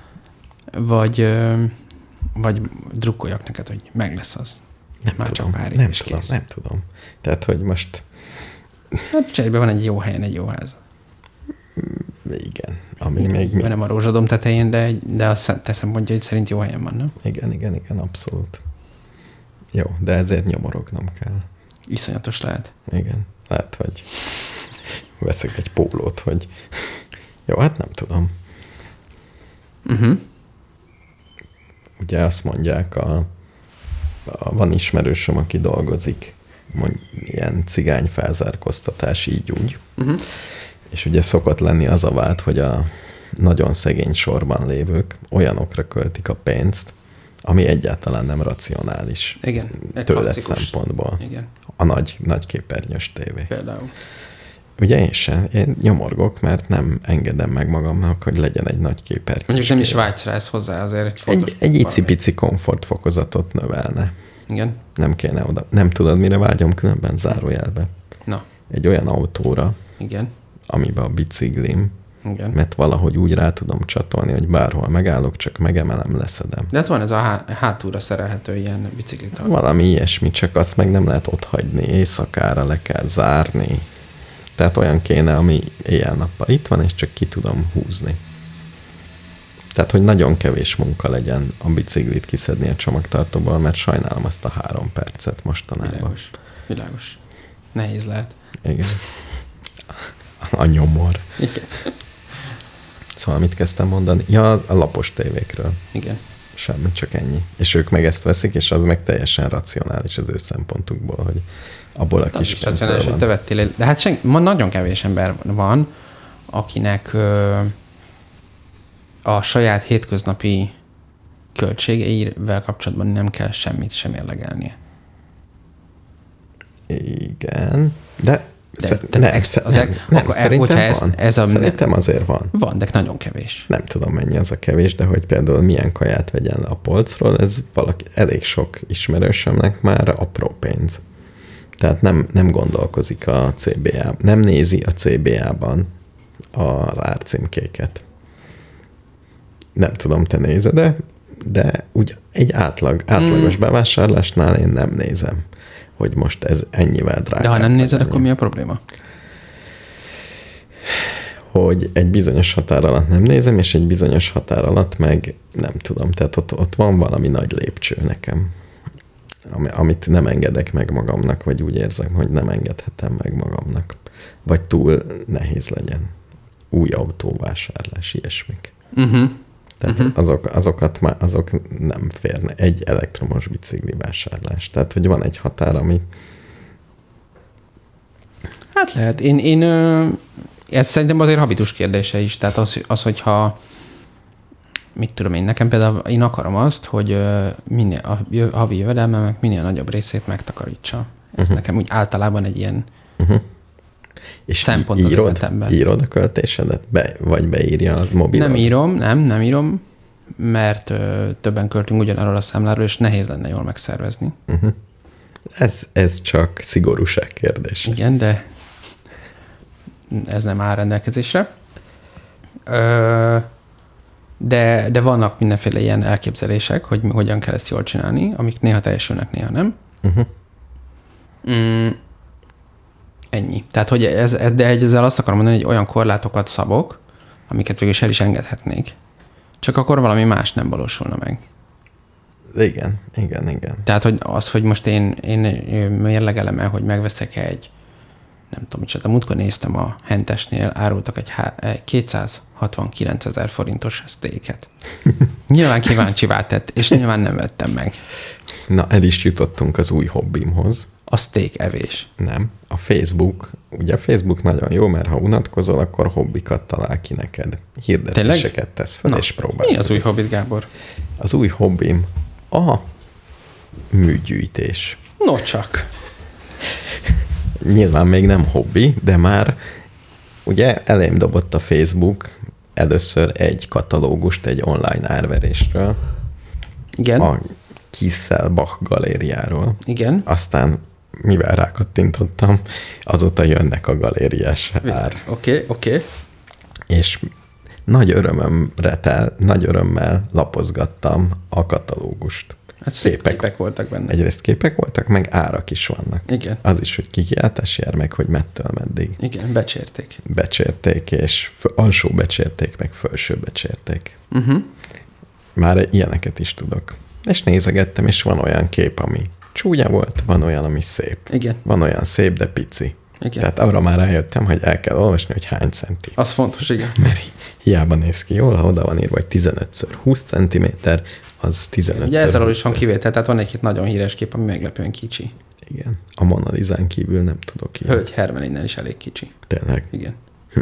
vagy drukkoljak neked, hogy meg lesz az. Nem tudom. Tehát, hogy most... Hát cserébe van egy jó helyen, egy jó ház. Igen. Ami még mi? Nem a rózsadom tetején, de a te szempontjaid szerint jó helyen van, nem? Igen, abszolút. Jó, de ezért nyomorognom kell. Iszonyatos lehet. Igen, lehet, hogy veszek egy pólót, hogy jó, hát nem tudom. Ugye azt mondják, van ismerősöm, aki dolgozik, ilyen cigány felzárkóztatás, így úgy. És ugye szokott lenni az a vált, hogy a nagyon szegény sorban lévők olyanokra költik a pénzt, ami egyáltalán nem racionális. Igen, tőled szempontból. Igen. A nagy képernyős tévé. Például. Ugye én nyomorgok, mert nem engedem meg magamnak, hogy legyen egy nagy képernyős. Mondjuk nem is vágysz rá ez hozzá, azért egy icipici komfortfokozatot növelne. Igen. Nem kéne oda. Nem tudod, mire vágyom különben zárójelbe. Na. Egy olyan autóra, igen, amiben a biciklim, Igen. mert valahogy úgy rá tudom csatolni, hogy bárhol megállok, csak megemelem, leszedem. De hát van ez a hátulra szerelhető ilyen biciklitartó. Valami ilyesmi, csak azt meg nem lehet otthagyni, éjszakára le kell zárni. Tehát olyan kéne, ami éjjel-nappal itt van, és csak ki tudom húzni. Tehát, hogy nagyon kevés munka legyen a biciklit kiszedni a csomagtartóból, mert sajnálom azt a 3 percet mostanában. Világos. Nehéz lehet. Igen. A nyomor. Igen. Szóval mit kezdtem mondani? Ja, a lapos tévékről. Igen. Semmi, csak ennyi. És ők meg ezt veszik, és az meg teljesen racionális az ő szempontukból, hogy abból a kis pénzből van. Te vettél, de hát nagyon kevés ember van, akinek a saját hétköznapi költségeivel kapcsolatban nem kell semmit sem érlegelnie. Igen, de szerintem azért van. Van, de nagyon kevés. Nem tudom, mennyi az a kevés, de hogy például milyen kaját vegyen le a polcról, ez elég sok ismerősömnek már apró pénz. Tehát nem gondolkozik a CBA, nem nézi a CBA-ban az árcímkéket. Nem tudom, te nézed, de úgy egy átlagos bevásárlásnál én nem nézem, hogy most ez ennyivel drágább. De ha nem nézed, akkor mi a probléma? Hogy egy bizonyos határ alatt nem nézem, és egy bizonyos határ alatt meg nem tudom. Tehát ott van valami nagy lépcső nekem, amit nem engedek meg magamnak, vagy úgy érzem, hogy nem engedhetem meg magamnak. Vagy túl nehéz legyen. Új autóvásárlás, ilyesmik. Tehát azok nem férne. Egy elektromos bicikli vásárlás. Tehát, hogy van egy határ, ami... Hát lehet. Ez szerintem azért habitus kérdése is. Tehát az hogyha mit tudom én, nekem például én akarom azt, hogy a havi jövedelmemek minél nagyobb részét megtakarítsa. Ez nekem úgy általában egy ilyen és szempont az életemben. Írod a költésedet? Vagy beírja az mobilon? Nem írom, mert többen költünk ugyanarról a számláról, és nehéz lenne jól megszervezni. Ez csak szigorúság kérdés. Igen, de ez nem áll rendelkezésre. De vannak mindenféle ilyen elképzelések, hogy hogyan kell ezt jól csinálni, amik néha teljesülnek, néha nem. Ennyi. Tehát, hogy de ezzel azt akarom mondani, hogy olyan korlátokat szabok, amiket végül is el is engedhetnék. Csak akkor valami más nem valósulna meg. Igen. Tehát, hogy az, hogy most én mérlegelem el, hogy megveszek egy, nem tudom micsoda, múltkor néztem a Hentesnél, árultak egy 269 000 forintos sztéket. Nyilván kíváncsivá tett, és nyilván nem vettem meg. Na, el is jutottunk az új hobbimhoz. A steak evés. Nem. A Facebook, ugye a Facebook nagyon jó, mert ha unatkozol, akkor hobbikat talál ki neked. Hirdetéseket tesz fel, és próbálkozol. Mi az új hobbit, Gábor? Az új hobbim a műgyűjtés. No csak. Nyilván még nem hobbi, de már ugye elém dobott a Facebook először egy katalógust egy online árverésről. Igen. A Kisselbach galériáról. Igen. Aztán mivel rákattintottam, azóta jönnek a galériás ár. Oké. És nagy örömmel lapozgattam a katalógust. Hát szép képek voltak benne. Egyrészt képek voltak, meg árak is vannak. Igen. Az is, hogy kikiáltás jár meg, hogy mettől meddig. Igen, becsérték. Becsérték, és alsó becsérték, meg felső becsérték. Már ilyeneket is tudok. És nézegettem, és van olyan kép, ami csúnya volt, van olyan, ami szép. Igen. Van olyan szép, de pici. Igen. Tehát arra már rájöttem, hogy el kell olvasni, hogy hány centi. Az fontos, igen. Mert hiába néz ki jól, ha oda van írva, hogy 15x20 cm, az 15x20. Ugye ezzel is van kivétel, tehát van egy nagyon híres kép, ami meglepően kicsi. Igen. A Mona Lisán kívül nem tudok ilyen. Hölgy Herman innen is elég kicsi. Tényleg? Igen.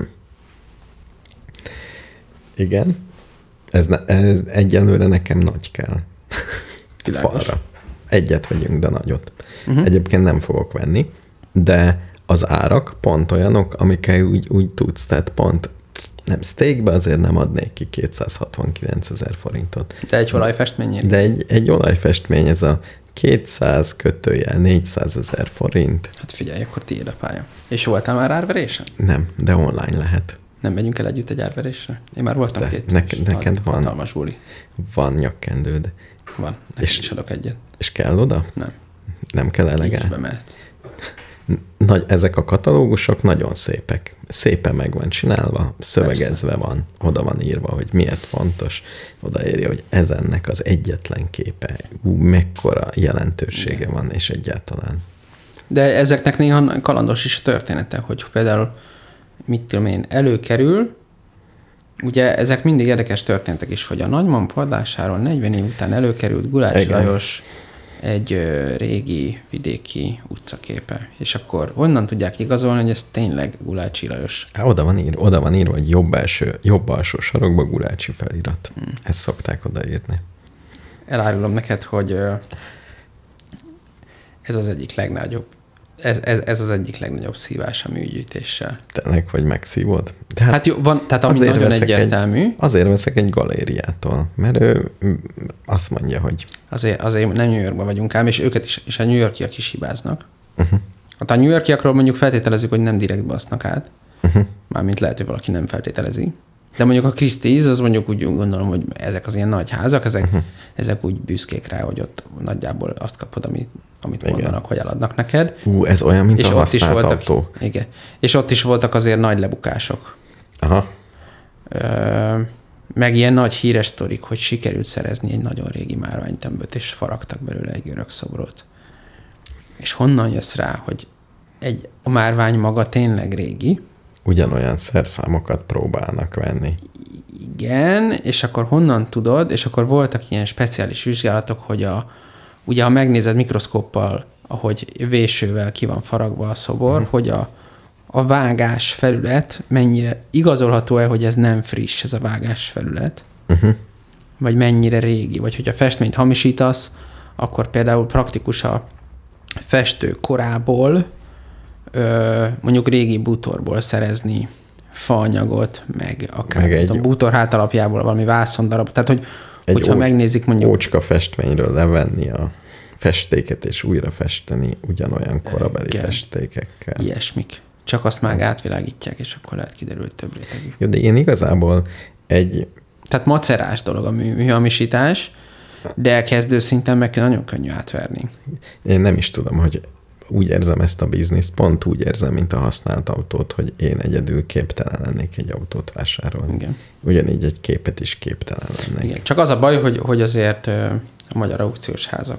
Igen. Ez egyelőre nekem nagy kell. Világos. Falra. Egyet vegyünk, de nagyot. Egyébként nem fogok venni, de az árak pont olyanok, amikkel úgy tudsz, tehát pont nem steakbe azért nem adnék ki 269 000 forintot. De egy olajfestményért? De egy olajfestmény, ez a 200-400 000 forint. Hát figyelj, akkor tiéd a pálya. És voltál már árverésen? Nem, de online lehet. Nem megyünk el együtt egy árverésre? Én már voltam neked van. Hatalmas buli. Van nyakkendőd. Van, neked is adok egyet. És kell oda? Nem. Nem kell elegál? Bemehet. Ezek a katalógusok nagyon szépek. Szépen meg van csinálva, szövegezve van, oda van írva, hogy miért fontos. Odaírja, hogy ez ennek az egyetlen képe. Mekkora jelentősége van, és egyáltalán. De ezeknek néha kalandos is a története, hogy például, mit tudom én, előkerül, ugye ezek mindig érdekes történetek is, hogy a Nagymamp adásáról 40 év után előkerült Gulácsi Lajos egy régi vidéki utcaképe. És akkor onnan tudják igazolni, hogy ez tényleg Gulácsi Lajos. Oda van írva, hogy jobb alsó sarokba Gulácsi felirat. Ezt szokták odaírni. Elárulom neked, hogy ez az egyik legnagyobb. Ez az egyik legnagyobb szívás a műgyűjtéssel. Tényleg, vagy megszívod? De hát jó, van, tehát ami nagyon egyértelmű. Azért veszek egy galériától, mert ő azt mondja, hogy... Azért nem New Yorkban vagyunk ám, és őket is, és a New Yorkiak is hibáznak. Hát a New Yorkiakról mondjuk feltételezik, hogy nem direkt basznak át. Mármint lehet, hogy valaki nem feltételezi. De mondjuk a Christie's, az mondjuk úgy gondolom, hogy ezek az ilyen nagy házak, ezek úgy büszkék rá, hogy ott nagyjából azt kapod, amit mondanak, hogy eladnak neked. Ez olyan, mint és a használt autó. Igen. És ott is voltak azért nagy lebukások. Aha. Meg ilyen nagy híres sztorik, hogy sikerült szerezni egy nagyon régi márványtömböt, és faragtak belőle egy görög szobrot. És honnan jössz rá, hogy a márvány maga tényleg régi? Ugyanolyan szerszámokat próbálnak venni. Igen, és akkor honnan tudod, és akkor voltak ilyen speciális vizsgálatok, hogy ugye ha megnézed mikroszkóppal, ahogy vésővel ki van faragva a szobor, hogy a vágás felület mennyire igazolható-e, hogy ez nem friss, ez a vágás felület, vagy mennyire régi, vagy hogy a festményt hamisítasz, akkor például praktikus a festő korából, mondjuk régi bútorból szerezni faanyagot, meg akár a bútor hátalapjából valami vászondarab. Tehát, hogyha megnézik mondjuk... Ócska festményről levenni a festéket és újra festeni ugyanolyan korabeli festékekkel. Ilyesmik. Csak azt már átvilágítják, és akkor lehet kiderül több rétegű. Jó, de én igazából Tehát macerás dolog a műhamisítás, de kezdő szinten meg nagyon könnyű átverni. Én nem is tudom, hogy úgy érzem ezt a bizniszt, pont úgy érzem, mint a használt autót, hogy én egyedül képtelen lennék egy autót vásárolni. Igen. Ugyanígy egy képet is képtelen lennék. Igen. Csak az a baj, hogy azért a magyar aukciós házak,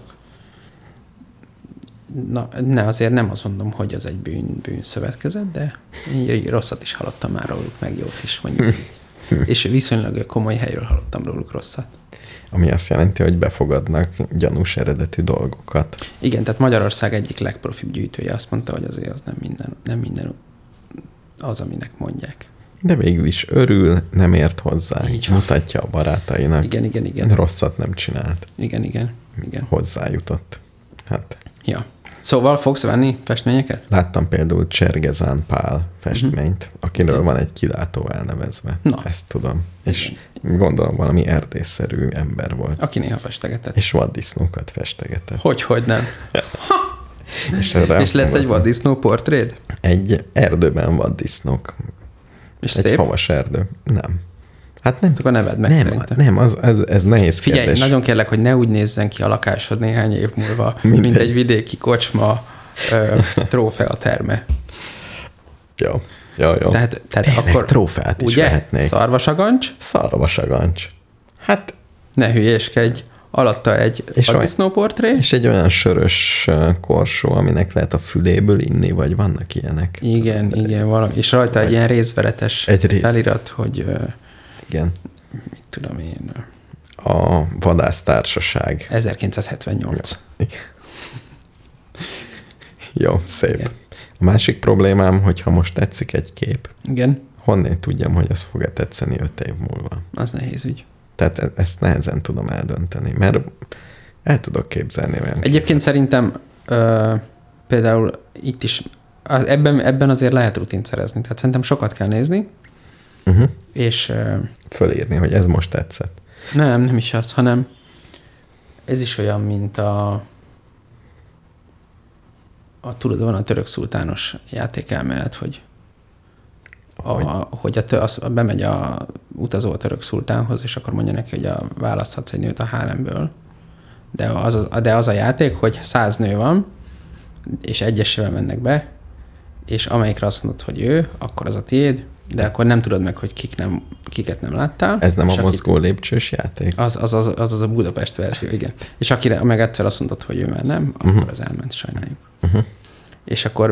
azért nem azt mondom, hogy az egy bűnszövetkezet, de rosszat is hallottam már róluk, meg jót is mondjuk. És viszonylag komoly helyről hallottam róluk rosszat. Ami azt jelenti, hogy befogadnak gyanús eredetű dolgokat. Igen, tehát Magyarország egyik legprofibb gyűjtője azt mondta, hogy azért az nem minden az, aminek mondják. De végül is örül, nem ért hozzá. Így mutatja a barátainak. Igen. Rosszat nem csinált. Igen. Hozzájutott. Hát. Ja. Szóval fogsz venni festményeket? Láttam például Csergezán Pál festményt, akiről van egy kilátó elnevezve. Na. Ezt tudom. És gondolom valami erdészszerű ember volt. Aki néha festegetett. És vaddisznókat festegetett. Hogy nem. És lesz egy vaddisznó portréd? Egy erdőben vaddisznók. És egy szép? Havas erdő. Nem. Hát nem. Csak a neved meg szerintem. Nem, ez nehéz Figyelj, kérdés. nagyon kérlek, hogy ne úgy nézzen ki a lakásod néhány év múlva, mint egy vidéki kocsma trófeaterme. Jó. Tehát akkor trófeát is ugye? vehetnék. Szarvasagancs? Szarvasagancs. Hát... Ne hülyéskedj. Alatta egy vaddisznóportré. És egy olyan sörös korsó, aminek lehet a füléből inni, vagy vannak ilyenek. Igen, valami. És rajta egy ilyen részveretes felirat, hogy... Igen. Mit tudom én... A vadásztársaság. 1978. Igen. Jó, szép. Igen. A másik problémám, hogyha most tetszik egy kép, igen. Honnét tudjam, hogy az fog-e tetszeni 5 év múlva? Az nehéz ügy. Tehát ezt nehezen tudom eldönteni, mert el tudok képzelni olyan Egyébként képet. Szerintem például itt is ebben azért lehet rutint szerezni. Tehát szerintem sokat kell nézni, és... fölírni, hogy ez most tetszett. Nem is az, hanem ez is olyan, mint tudod, van a török szultános játékelmélet, hogy bemegy a utazó a török szultánhoz, és akkor mondja neki, hogy választhatsz egy nőt a háremből. De az a játék, hogy 100 nő van, és egyesével mennek be, és amelyikre azt mondod, hogy ő, akkor az a tiéd, de akkor nem tudod meg, hogy kiket nem láttál. Ez nem a mozgó lépcsős játék? Az a Budapest verzió, igen. És akire meg egyszer azt mondod, hogy ő már nem, akkor az elment, sajnáljuk. És akkor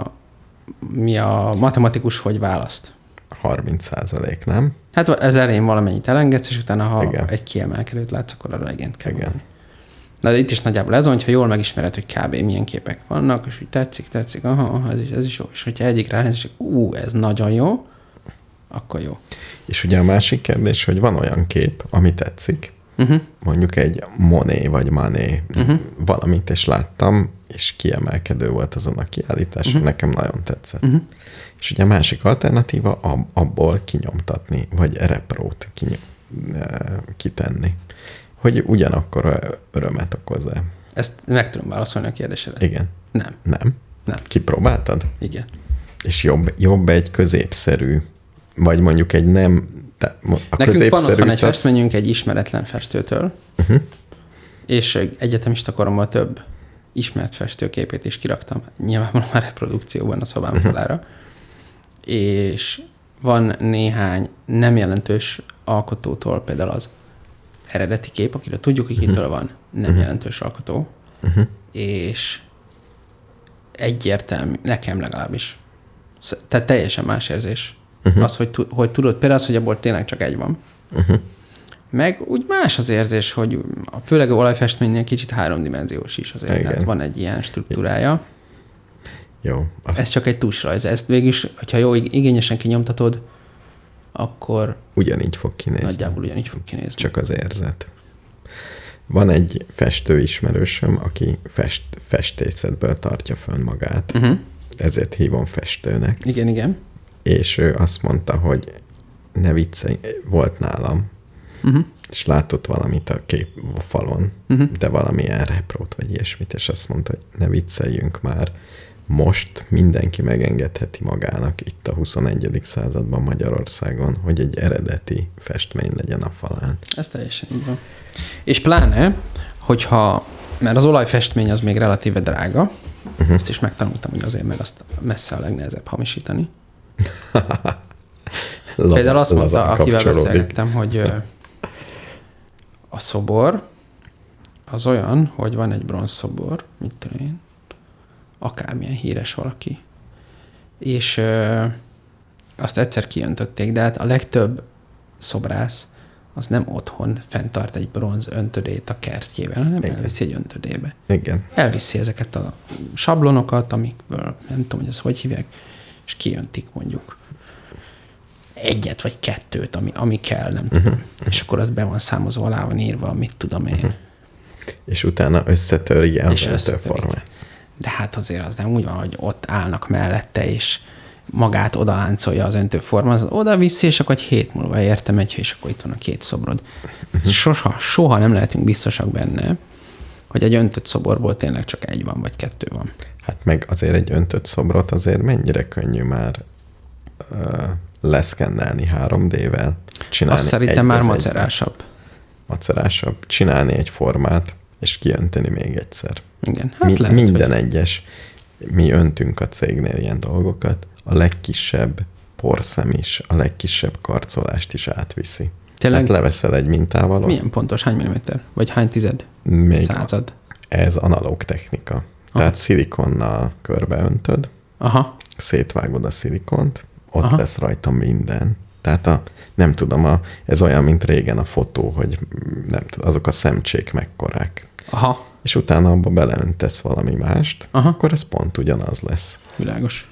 mi a matematikus, hogy választ? 30%, nem? Hát az elején valamennyit elengedsz, és utána, ha igen. egy kiemelkedőt látsz, akkor arra igent kell mondani. Na, de itt is nagyjából ez van, hogyha jól megismered, hogy kb. Milyen képek vannak, és úgy tetszik, aha, ez is jó. És hogyha egyik ránéz, és ez nagyon jó, akkor jó. És ugye a másik kérdés, hogy van olyan kép, ami tetszik, mondjuk egy Monet vagy Manet valamit, és láttam, és kiemelkedő volt azon a kiállítás, nekem nagyon tetszett. És ugye a másik alternatíva abból kinyomtatni, vagy reprót kitenni, hogy ugyanakkor örömet okoz-e. Ezt meg tudom válaszolni a kérdésre. Igen. Nem. Kipróbáltad? Igen. És jobb egy középszerű, vagy mondjuk egy nem... Nekünk van otthon egy festményünk egy ismeretlen festőtől, és egyetemista koromban több ismert festőképét is kiraktam. Nyilvánvalóan már reprodukcióban a szobám falára. És van néhány nem jelentős alkotótól, például az eredeti kép, akiről tudjuk, hogy kitől van, nem jelentős alkotó, és egyértelmű, nekem legalábbis. Tehát teljesen más érzés. Az, hogy tudod, például az, hogy abból tényleg csak egy van. Meg úgy más az érzés, hogy főleg a olajfestménynél kicsit háromdimenziós is azért. Tehát van egy ilyen struktúrája. Jó. Ez csak egy tusrajz. Ezt végülis, hogyha jó igényesen kinyomtatod, akkor ugyanígy fog kinézni. Nagyjából ugyanígy fog kinézni. Csak az érzet. Van egy festő ismerősöm, aki festészetből tartja fönn magát. Ezért hívom festőnek. Igen. És ő azt mondta, hogy ne viccelj, volt nálam, és látott valamit a falon, de valamilyen reprót, vagy ilyesmit, és azt mondta, hogy ne vicceljünk már. Most mindenki megengedheti magának itt a 21. században Magyarországon, hogy egy eredeti festmény legyen a falán. Ez teljesen így van. És pláne, mert az olajfestmény az még relatíve drága, ezt is megtanultam, hogy azért, mert azt messze a legnehezebb hamisítani. Például azt mondta, akivel beszélgettem, hogy a szobor az olyan, hogy van egy bronzszobor, mit tudom én, akármilyen híres valaki. És azt egyszer kijöntötték, de hát a legtöbb szobrász az nem otthon fenntart egy bronz öntödét a kertjével, hanem elviszi egy öntödébe. Igen. Elviszi ezeket a sablonokat, amikből nem tudom, hogy ezt hogy hívják, és kijöntik mondjuk egyet vagy kettőt, ami kell, nem tudom. És akkor az be van számozva, alá van írva, mit tudom én. És utána összetörje az öntőformát. De hát azért az nem úgy van, hogy ott állnak mellette, és magát odaláncolja az öntőforma, az oda viszi, és akkor egy hét múlva értem és akkor itt van a két szobrod. Soha nem lehetünk biztosak benne, hogy egy öntött szoborból tényleg csak egy van, vagy kettő van. Hát meg azért egy öntött szobrot azért mennyire könnyű már leszkennelni 3D-vel. Azt szerintem már macerásabb. Macerásabb. Csinálni egy formát, és kiönteni még egyszer. Igen. Hát minden egyes. Mi öntünk a cégnél ilyen dolgokat. A legkisebb porszem is, a legkisebb karcolást is átviszi. Tényleg? Hát leveszel egy mintával. Milyen pontos? Hány milliméter? Vagy hány tized? Még század? Ez analóg technika. Aha. Tehát szilikonnal körbeöntöd, szétvágod a szilikont, ott lesz rajta minden. Tehát nem tudom, ez olyan, mint régen a fotó, hogy nem tudom, azok a szemcsék mekkorák. És utána abba beleöntesz valami mást, akkor ez pont ugyanaz lesz. Világos.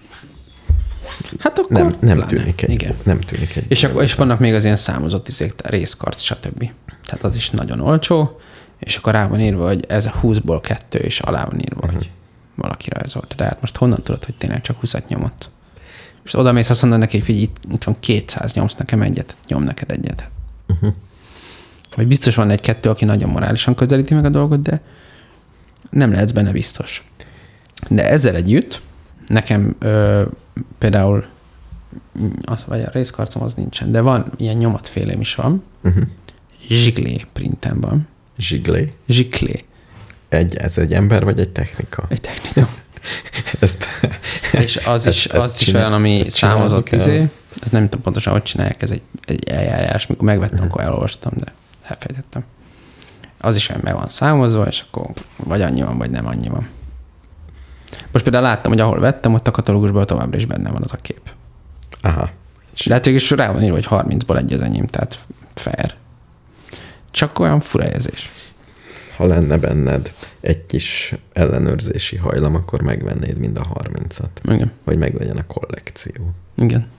Hát akkor nem tűnik egy. És vannak még az ilyen számozott részkarc, stb. Tehát az is nagyon olcsó, és akkor rá van írva, hogy ez a 20-ból 2, és alá van írva, hogy valaki rajzolt. De hát most honnan tudod, hogy tényleg csak 20-at nyomott? Most oda mész, azt mondod neki, hogy itt van 200, nyomsz nekem egyet, nyom neked egyet. Vagy biztos van egy-kettő, aki nagyon morálisan közelíti meg a dolgot, de nem lehetsz benne biztos. De ezzel együtt nekem például vagy a részkarcom az nincsen, de van ilyen nyomatfélém is van. Zsiglé printem van. Zsiglé? Zsiglé. Ez egy ember, vagy egy technika? Egy technika. És az is olyan, ami számozott izé. Ez nem tudom pontosan, hogy csinálják, ez egy eljárás, mikor megvettem, akkor elolvastam, de elfejtettem. Az is olyan meg van számozva, és akkor vagy annyi van, vagy nem annyi van. Most például láttam, hogy ahol vettem, ott a katalógusban továbbra is benne van az a kép. Aha. De hát végül is rá van írva, hogy 30-ból egy az enyém, tehát fair. Csak olyan fura érzés. Ha lenne benned egy kis ellenőrzési hajlam, akkor megvennéd mind a 30-at. Igen. Hogy meglegyen a kollekció. Igen.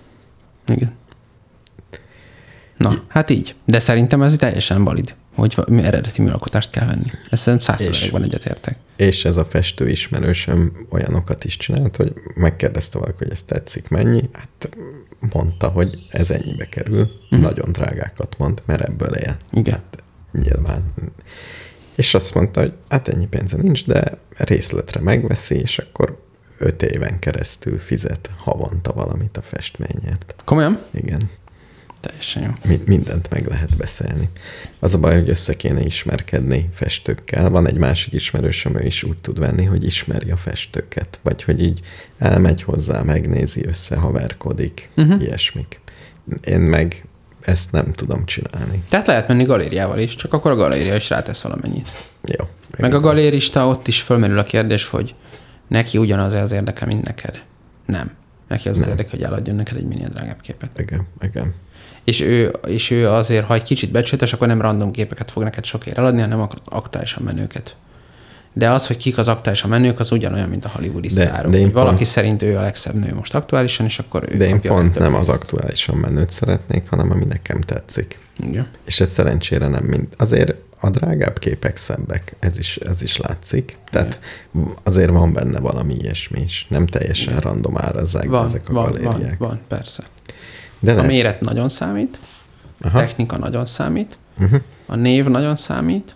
Na, hát így. De szerintem ez teljesen valid, hogy eredeti műalkotást kell venni. Ezt szerintem 100%-ban egyetértek. És ez a festő ismerősöm olyanokat is csinált, hogy megkérdezte valaki, hogy ez tetszik mennyi. Hát mondta, hogy ez ennyibe kerül. Nagyon drágákat mond, mert ebből él. Igen. Hát, nyilván. És azt mondta, hogy hát ennyi pénze nincs, de részletre megveszi, és akkor 5 éven keresztül fizet havonta valamit a festményért. Komolyan? Igen. Teljesen jó. Mindent meg lehet beszélni. Az a baj, hogy össze kéne ismerkedni festőkkel. Van egy másik ismerősöm, ő is úgy tud venni, hogy ismeri a festőket. Vagy hogy így elmegy hozzá, megnézi, összehaverkodik, ilyesmik. Én meg ezt nem tudom csinálni. Tehát lehet menni galériával is, csak akkor a galéria is rátesz valamennyit. Jó. Meg a galérista, ott is fölmerül a kérdés, hogy neki ugyanaz az érdeke, mint neked. Nem. Neki az érdeke, hogy eladjon neked egy minél drágább képet. Igen. És ő azért, ha egy kicsit becsületes, akkor nem random képeket fog neked sokért eladni, hanem aktuálisan menőket. De az, hogy kik az aktuálisan menők, az ugyanolyan, mint a hollywoodi sztárok. Hogy valaki szerint ő a legszebb nő most aktuálisan, és akkor ő de én pont nem az aktuálisan menőt szeretnék, hanem ami nekem tetszik. Igen. És ez szerencsére nem mind. Azért a drágább képek szebbek, ez is látszik. Tehát azért van benne valami ilyesmi is. Nem teljesen random árazzák ezek a galériák. Van, persze. De a méret nagyon számít, a technika nagyon számít, a név nagyon számít,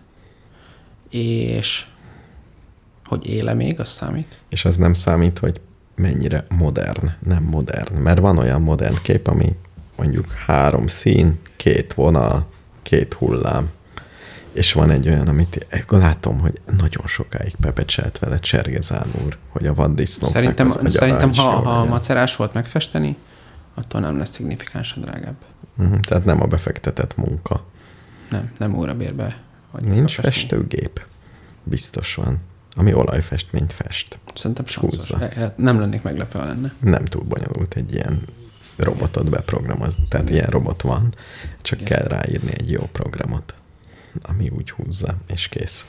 és hogy éle még, az számít. És az nem számít, hogy mennyire modern, nem modern. Mert van olyan modern kép, ami mondjuk 3 szín, 2 vonal, 2 hullám. És van egy olyan, amit látom, hogy nagyon sokáig pepecselt vele Csergezán úr, hogy a vaddisznóknak Szerintem ha macerás volt megfesteni, attól nem lesz szignifikánsan drágább. Tehát nem a befektetett munka. Nem órabérbe. Nincs festőgép. Biztos van. Ami olajfestményt fest. Szerintem sanszos. Nem lennék meglepve, ha lenne. Nem túl bonyolult egy ilyen robotot beprogramozni. Tehát ilyen robot van, csak kell ráírni egy jó programot, ami úgy húzza, és kész.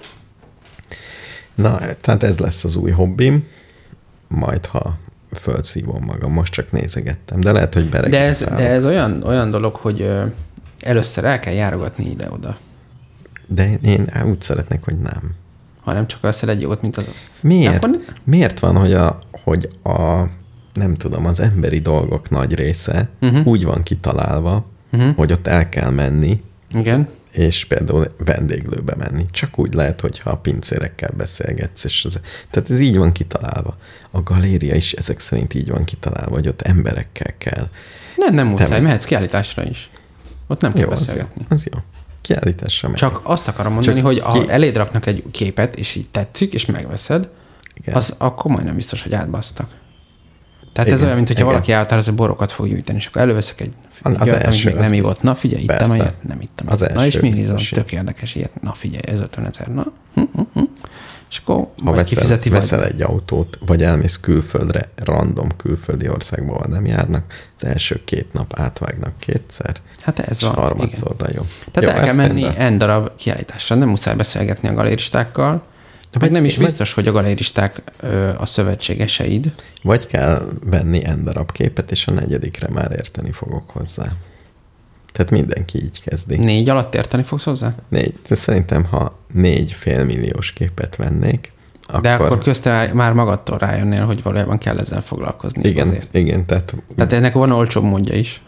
Na, tehát ez lesz az új hobbim, majd ha fölszívom magam, most csak nézegettem, de lehet, hogy beregisztrálok. De ez olyan dolog, hogy először el kell járogatni ide-oda. De én úgy szeretnék, hogy nem. Hanem csak veszel egy jót, mint az... Miért? Miért van, hogy a nem tudom, az emberi dolgok nagy része úgy van kitalálva, hogy ott el kell menni, igen, és például vendéglőbe menni. Csak úgy lehet, hogyha a pincérekkel beszélgetsz. Tehát ez így van kitalálva. A galéria is ezek szerint így van kitalálva, hogy ott emberekkel kell. Nem muszáj, mehetsz kiállításra is. Ott nem kell beszélgetni. Az jó. Kiállításra megy. Csak azt akarom mondani, hogy ha eléd raknak egy képet, és így tetszik, és megveszed, az akkor majdnem biztos, hogy átbasztak. Tehát ez olyan, mint hogyha valaki elhatároz, hogy borokat fog gyűjteni, és akkor előveszek egy györt, amit még nem ivott. Na figyelj, ittem ilyet? Nem ittem. Na és mi nézem, tök érdekes ilyet. Na figyelj, ez 50 000. Na. És akkor ha veszel egy autót, vagy elmész külföldre, random külföldi országba, ahol nem járnak, az első 2 nap átvágnak 2-szer, hát ez és van, harmadszorra jó. Tehát el kell menni N darab kiállításra, nem muszáj beszélgetni a galéristákkal, meg nem is biztos, hogy a galéristák a szövetségeseid. Vagy kell venni N darab képet, és a 4-re már érteni fogok hozzá. Tehát mindenki így kezdi. 4 alatt érteni fogsz hozzá? 4. Szerintem, ha 4,5 milliós képet vennék, de akkor közte már magadtól rájönnél, hogy valójában kell ezzel foglalkozni. Igen. Tehát ennek van olcsóbb módja is.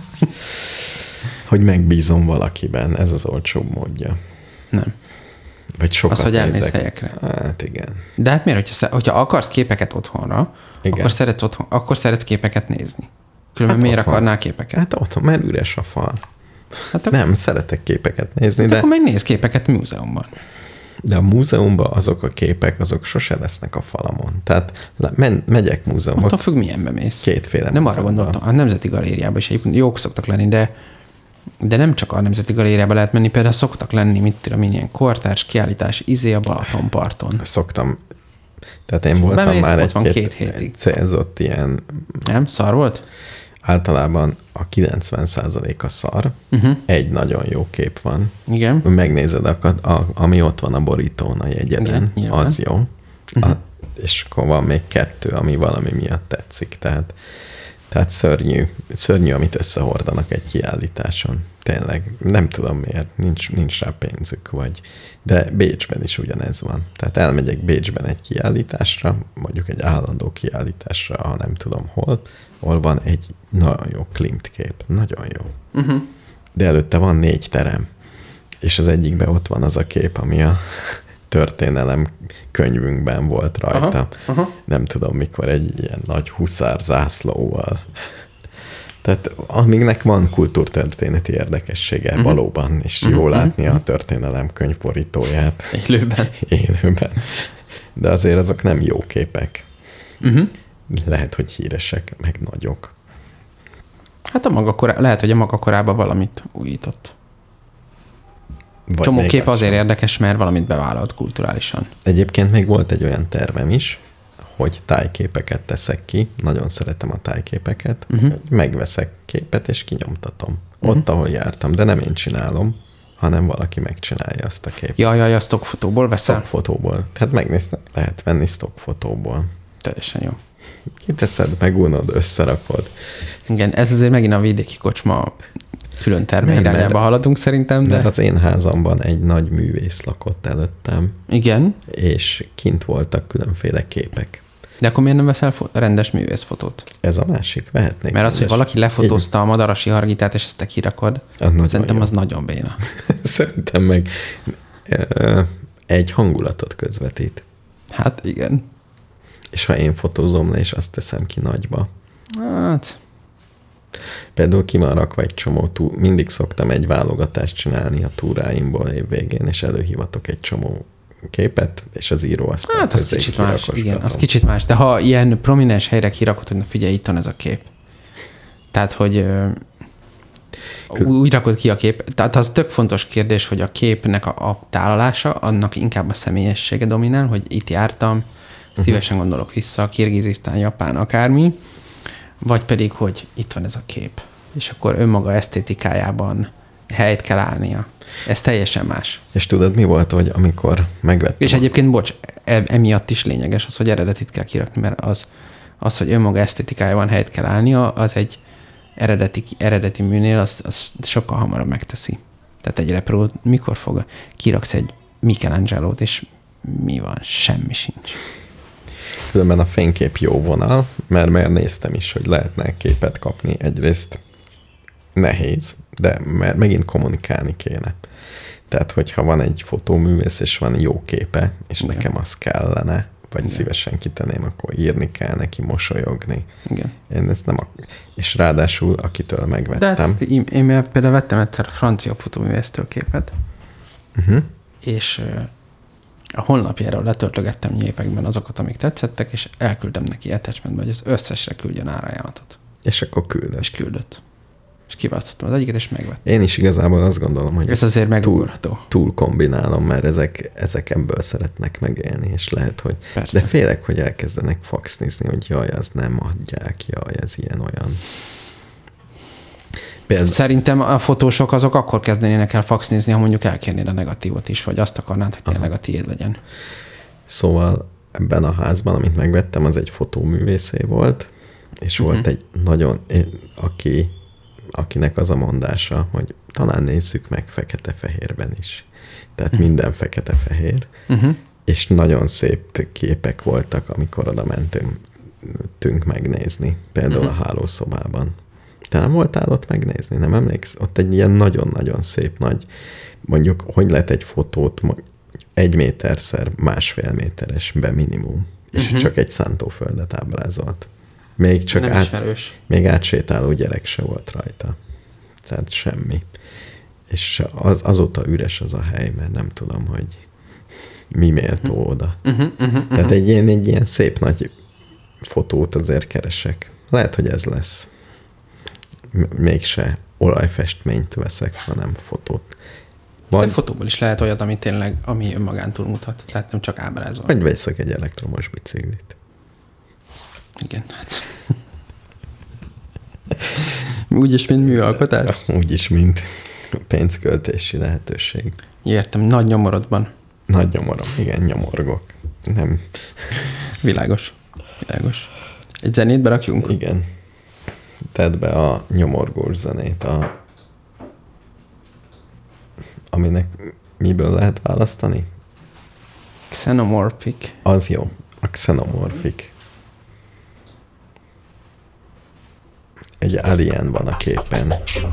Hogy megbízom valakiben, ez az olcsóbb módja. Nem. Vagy sokat az, hogy elmész nézek. helyekre. Hát igen. De hát miért, hogyha akarsz képeket otthonra, akkor szeretsz képeket nézni. Különben miért akarnál képeket? Hát otthon, mert üres a fal. Hát Nem, szeretek képeket nézni, hát de... akkor megnéz képeket múzeumban. De a múzeumban azok a képek, azok sose lesznek a falamon. Tehát megyek múzeumba. Attól függ, milyenbe mész. Kétféle nem múzeumban. arra gondoltam. A Nemzeti Galériában is egyébként jók szoktak lenni, de nem csak a Nemzeti Galériába lehet menni, például szoktak lenni, mit tudom, ilyen kortárs kiállítás, a Balatonparton. Szoktam. Tehát én voltam bemész, már ott van 2 egy hétig. célzott ilyen... Nem? Szar volt? Általában a 90%-a szar. Egy nagyon jó kép van. Igen. Megnézed, ami ott van a borítón a jegyeden, igen, az jó. És akkor van még 2, ami valami miatt tetszik. Tehát szörnyű, amit összehordanak egy kiállításon. Tényleg, nem tudom miért, nincs rá pénzük, de Bécsben is ugyanez van. Tehát elmegyek Bécsben egy kiállításra, mondjuk egy állandó kiállításra, ha nem tudom hol van egy nagyon jó Klimt kép. Nagyon jó. De előtte van 4 terem, és az egyikben ott van az a kép, ami a történelem könyvünkben volt rajta. Nem tudom mikor, egy ilyen nagy huszár zászlóval. Tehát amiknek van kultúrtörténeti érdekessége valóban, és jó látni a történelem könyvborítóját. Élőben. De azért azok nem jó képek. Lehet, hogy híresek, meg nagyok. Hát lehet, hogy a maga korában valamit újított. Vagy csomó kép azért érdekes, mert valamit bevállalt kulturálisan. Egyébként még volt egy olyan tervem is, hogy tájképeket teszek ki. Nagyon szeretem a tájképeket. Megveszek képet, és kinyomtatom. Ott, ahol jártam. De nem én csinálom, hanem valaki megcsinálja azt a képet. Jaj, a stockfotóból veszel? Stockfotóból. Tehát megnéztem, lehet venni stockfotóból. Teljesen jó. Kiteszed, megunod, összerakod. Igen, ez azért megint a vidéki kocsma külön terme irányába haladunk szerintem, de... Mert az én házamban egy nagy művész lakott előttem. Igen. És kint voltak különféle képek. De akkor miért nem veszel rendes művészfotót? Ez a másik, vehetnék. Mert az, hogy valaki lefotózta a Madarasi Hargitát, és ezt te kirakod, szerintem az nagyon béna. Szerintem meg egy hangulatot közvetít. Hát igen. És ha én fotózom le, és azt teszem ki nagyba. Hát... Például ki van rakva egy csomó mindig szoktam egy válogatást csinálni a túráimból évvégén, és előhívatok egy csomó képet, és az író azt hát az kicsit más, igen, az kicsit más. De ha ilyen prominens helyre kirakod, hogy na figyelj, itt van ez a kép. Tehát, hogy úgy rakod ki a kép. Tehát az tök fontos kérdés, hogy a képnek a tálalása, annak inkább a személyessége dominál, hogy itt jártam, szívesen gondolok vissza, Kirgizisztán, Japán, akármi, vagy pedig, hogy itt van ez a kép. És akkor önmaga esztétikájában helyt kell állnia. Ez teljesen más. És tudod, mi volt, hogy amikor megvettem? És egyébként, bocs, emiatt is lényeges az, hogy eredetit kell kirakni, mert az hogy önmaga esztétikájában helyt kell állnia, az egy eredeti műnél az sokkal hamarabb megteszi. Tehát egy reprót mikor kiraksz egy Michelangelo-t, és mi van? Semmi sincs. Különben a fénykép jó vonal, mert néztem is, hogy lehetne képet kapni. Egyrészt nehéz, de mert megint kommunikálni kéne. Tehát, hogyha van egy fotóművész, és van jó képe, és igen, nekem az kellene, vagy igen, szívesen kitenném, akkor írni kell neki, mosolyogni. Igen. Én ezt nem és ráadásul, akitől megvettem. De én például vettem egyszer a francia fotóművésztől képet, és a honlapjáról letöltögettem nyépekben azokat, amik tetszettek, és elküldtem neki attachmentbe, hogy az összesre küldjön árajánlatot. És akkor küldött. És küldött. És kiválasztottam az egyiket, és megvettem. Én is igazából azt gondolom, hogy ez azért megugorható. Túl kombinálom, mert ezek ebből szeretnek megélni, és lehet, hogy... Persze. De félek, hogy elkezdenek faxnizni, hogy jaj, az nem adják, jaj, ez ilyen-olyan. Például... Szerintem a fotósok azok akkor kezdenének el faxnizni, ha mondjuk elkérnéd a negatívot is, vagy azt akarnád, hogy tényleg a tiéd legyen. Szóval ebben a házban, amit megvettem, az egy fotóművészé volt, és volt egy nagyon... akinek az a mondása, hogy talán nézzük meg fekete-fehérben is. Tehát minden fekete-fehér. És nagyon szép képek voltak, amikor oda mentünk megnézni. Például a hálószobában. Te nem voltál ott megnézni? Nem emléksz? Ott egy ilyen nagyon-nagyon szép nagy, mondjuk, hogy lehet egy fotót 1 méterszer 1,5 méteres be minimum, és csak egy szántóföldet ábrázolt. Még csak még átsétáló gyerek se volt rajta. Tehát semmi. És azóta üres az a hely, mert nem tudom, hogy mi méltó oda. Tehát egy ilyen szép nagy fotót azért keresek. Lehet, hogy ez lesz. Mégse olajfestményt veszek, hanem fotót. De fotóból is lehet olyat, ami önmagán túlmutat. Tehát nem csak ábrázol. Vagy veszek egy elektromos biciklit. Igen, hát. Úgyis, mint műalkotás? Úgyis, mint pénzköltési lehetőség. Értem, nagy nyomorodban. Nagy nyomorom, igen, nyomorgok. Nem. Világos. Egy zenét berakjunk? Igen. Tedd be a nyomorgós zenét, aminek miből lehet választani? Xenomorphic. Az jó, a Xenomorphic. Egy alien van a képen.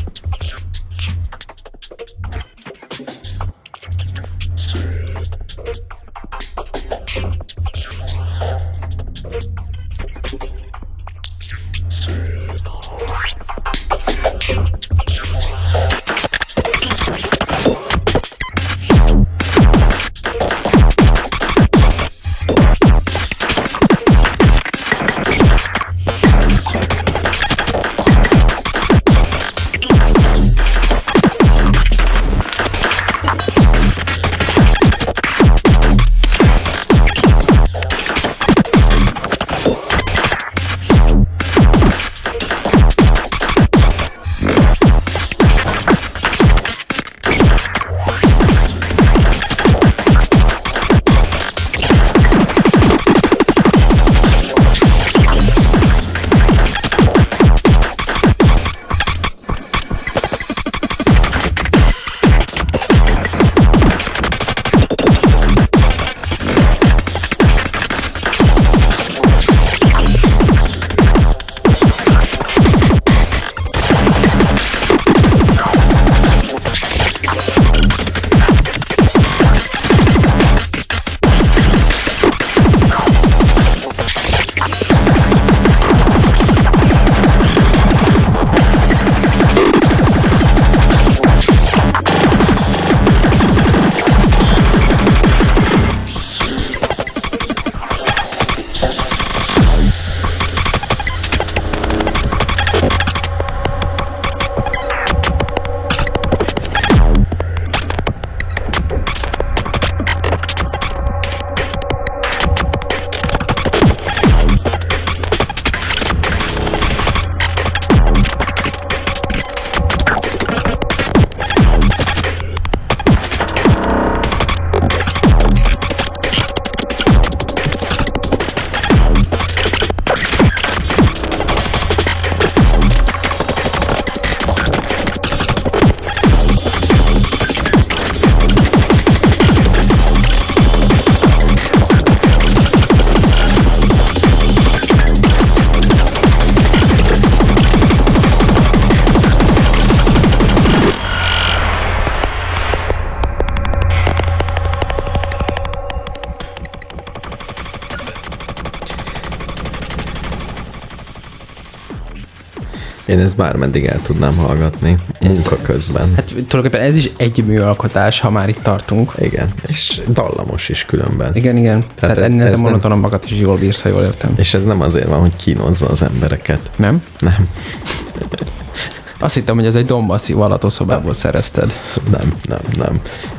Én ezt bármeddig el tudnám hallgatni munka közben. Hát tulajdonképpen ez is egy műalkotás, ha már itt tartunk. Igen, és dallamos is különben. Igen. Tehát ennél a monotonabbakat is jól bírsz, ha jól értem. És ez nem azért van, hogy kínozza az embereket. Nem? Nem. Azt hittem, hogy ez egy dombasszív alatószobából szerezted. Nem.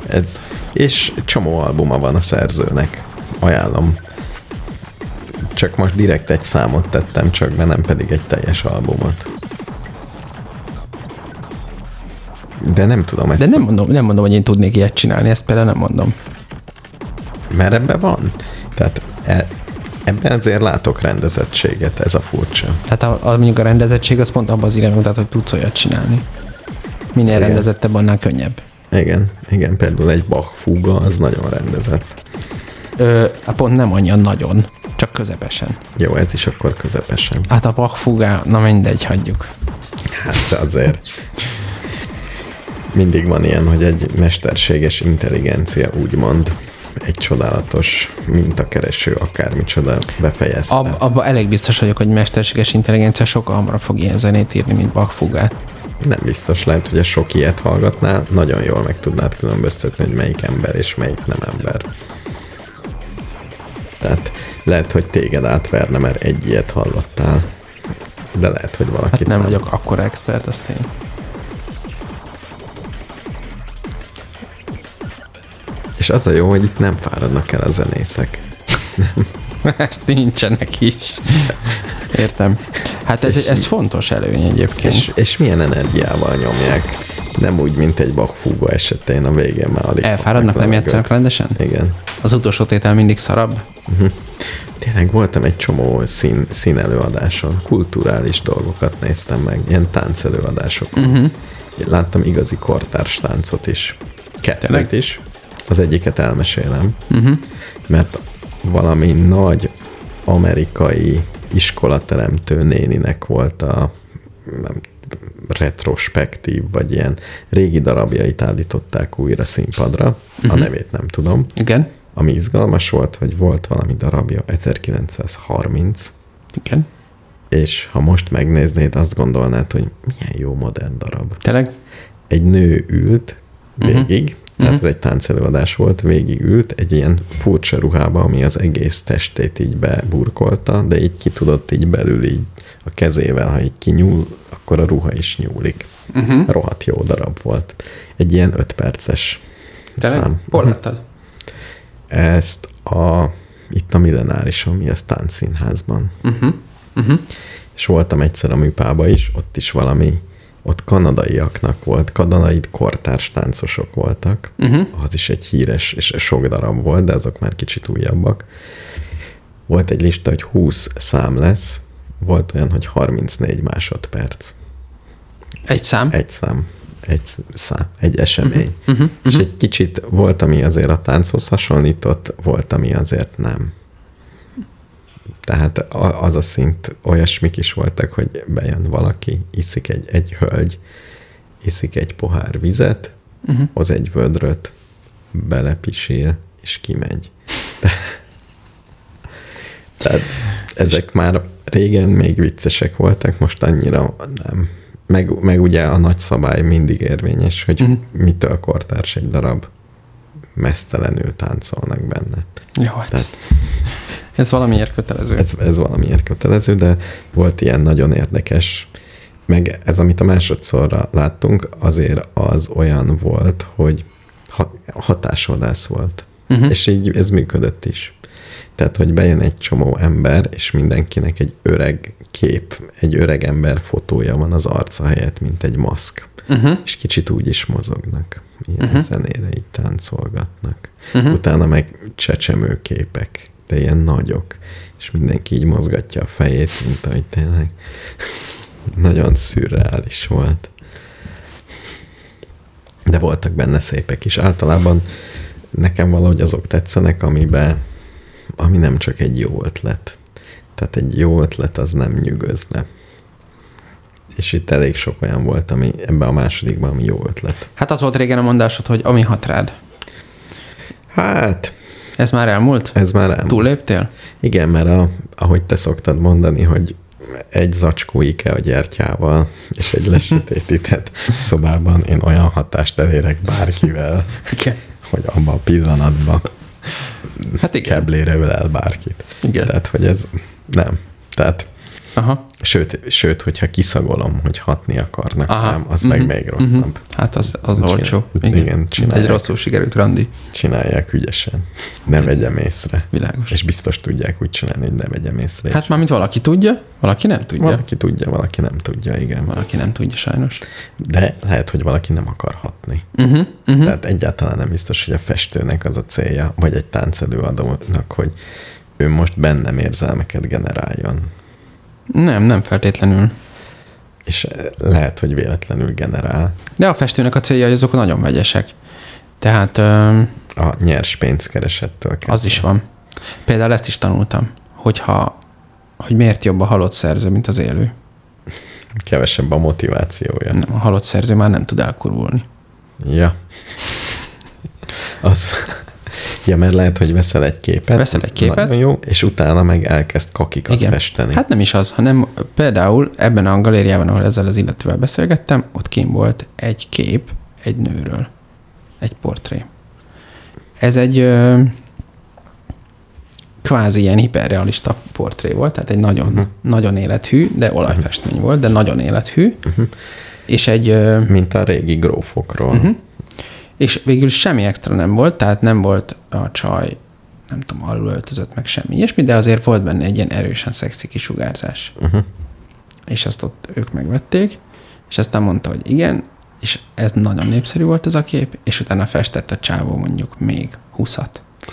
És csomó albuma van a szerzőnek. Ajánlom. Csak most direkt egy számot tettem csak, de nem pedig egy teljes albumot. De nem tudom ezt. De nem mondom, hogy én tudnék ilyet csinálni, ezt például nem mondom. Mert ebben van. Tehát ebben azért látok rendezettséget, ez a furcsa. Tehát mondjuk a rendezettség az pont abban az irányban mutat, hogy tudsz olyat csinálni. Minél rendezettebb, annál könnyebb. Igen, például egy Bach fúga, az nagyon rendezett. Pont nem annyian nagyon, csak közepesen. Jó, ez is akkor közepesen. Hát a Bach fúga, na mindegy, hagyjuk. Hát azért mindig van ilyen, hogy egy mesterséges intelligencia úgymond egy csodálatos mintakereső, akármicsoda befejezte. Abba elég biztos vagyok, hogy mesterséges intelligencia sokkal hamarabb fog ilyen zenét írni, mint Bach fugát. Nem biztos, lehet, hogy sok ilyet hallgatnál, nagyon jól meg tudnád különböztetni, hogy melyik ember és melyik nem ember. Tehát lehet, hogy téged átverne, mert egy ilyet hallottál, de lehet, hogy valaki hát nem vagyok akkora expert, azt én. És az a jó, hogy itt nem fáradnak el a zenészek. Ezt nincsenek is. Értem. Hát ez fontos előny egyébként. És milyen energiával nyomják. Nem úgy, mint egy Bach fúga esetén a végén már alig. Elfáradnak, nem játszanak rendesen? Igen. Az utolsó tétel mindig szarabb? Tényleg voltam egy csomó színelőadáson. Kulturális dolgokat néztem meg. Ilyen táncelőadásokon. Láttam igazi kortárs táncot is. Kettőt is. Az egyiket elmesélem. Mert valami nagy amerikai iskolateremtő néninek volt a retrospektív, vagy ilyen régi darabjait állították újra színpadra. A nevét nem tudom. Igen. Ami izgalmas volt, hogy volt valami darabja 1930. Igen. És ha most megnéznéd, azt gondolnád, hogy milyen jó modern darab. Tényleg? Egy nő ült végig, tehát ez egy táncelőadás volt, végig ült egy ilyen furcsa ruhába, ami az egész testét így beburkolta, de így ki tudott így belül így a kezével, ha így kinyúl, akkor a ruha is nyúlik. Rohadt jó darab volt. Egy ilyen 5 perces szám. Hol láttad? Ezt itt a Millenárison, mi az Táncszínházban. És voltam egyszer a Műpába is, ott is valami, ott kanadaiaknak volt, kanadai kortárs táncosok voltak. Az is egy híres, és sok darab volt, de azok már kicsit újabbak. Volt egy lista, hogy 20 szám lesz, volt olyan, hogy 34 másodperc. Egy szám? Egy szám. Egy esemény. És egy kicsit volt, ami azért a tánchoz hasonlított, volt, ami azért nem. Tehát az a szint, olyasmik is voltak, hogy bejön valaki, iszik egy hölgy, iszik egy pohár vizet, hoz egy vödröt, belepisil, és kimegy. Tehát ezek már régen még viccesek voltak, most annyira nem. Meg ugye a nagy szabály mindig érvényes, hogy mitől kortárs egy darab, meztelenül táncolnak benne. Jó, tehát ez valamiért kötelező. Ez valamiért kötelező, de volt ilyen nagyon érdekes, meg ez, amit a másodszorra láttunk, azért az olyan volt, hogy hatásvadász volt. És így ez működött is. Tehát, hogy bejön egy csomó ember, és mindenkinek egy öreg kép, egy öreg ember fotója van az arca helyett, mint egy maszk. És kicsit úgy is mozognak. Ilyen zenére így táncolgatnak. Utána meg csecsemőképek, de ilyen nagyok. És mindenki így mozgatja a fejét, mint ahogy tényleg nagyon szürreális volt. De voltak benne szépek is. Általában nekem valahogy azok tetszenek, ami nem csak egy jó ötlet. Tehát egy jó ötlet az nem nyűgözne. És itt elég sok olyan volt, ami ebben a másodikban, ami jó ötlet. Hát az volt régen a mondásod, hogy ami hat rád. Hát... Ez már elmúlt? Ez már elmúlt. Túlléptél? Igen, mert ahogy te szoktad mondani, hogy egy zacskó IKEA gyertyával és egy lesötétített szobában én olyan hatást elérek bárkivel, igen, hogy abban a pillanatban hát keblére ölel bárkit. Igen. Tehát, hogy ez nem. Tehát, aha. Sőt, hogyha kiszagolom, hogy hatni akarnak, nem, az meg még rosszabb. Hát az olcsó. Igen, egy rosszul sikerült randi. Csinálják ügyesen. Ne vegyem észre. Világos. És biztos tudják úgy csinálni, hogy ne vegyem észre. Hát mármint valaki tudja, valaki nem tudja. Valaki tudja, valaki nem tudja, igen. Valaki nem tudja, sajnos. De lehet, hogy valaki nem akar hatni. Tehát egyáltalán nem biztos, hogy a festőnek az a célja, vagy egy táncelőadónak, hogy ő most bennem érzelmeket generáljon. Nem feltétlenül. És lehet, hogy véletlenül generál. De a festőnek a célja, hogy azok nagyon vegyesek. Tehát... a nyers pénzkeresettől kezdve. Az is van. Például ezt is tanultam, hogy miért jobb a halott szerző, mint az élő. Kevesebb a motivációja. Nem, a halott szerző már nem tud elkurulni. Ja. Ja, mert lehet, hogy veszel egy képet. Veszel egy képet. Nagyon jó, és utána meg elkezd kakikat festeni. Hát nem is az, hanem például ebben a galériában, ahol ezzel az illetővel beszélgettem, ott kint volt egy kép egy nőről. Egy portré. Ez egy kvázi ilyen hiperrealista portré volt, tehát egy nagyon, nagyon élethű, de olajfestmény volt, de nagyon élethű. És egy... Mint a régi grófokról. És végül semmi extra nem volt, tehát nem volt a csaj, nem tudom, alul öltözött meg semmi ilyesmi, de azért volt benne egy ilyen erősen szexi kisugárzás. És ezt ott ők megvették, és aztán mondta, hogy igen, és ez nagyon népszerű volt ez a kép, és utána festett a csávó mondjuk még 20-at.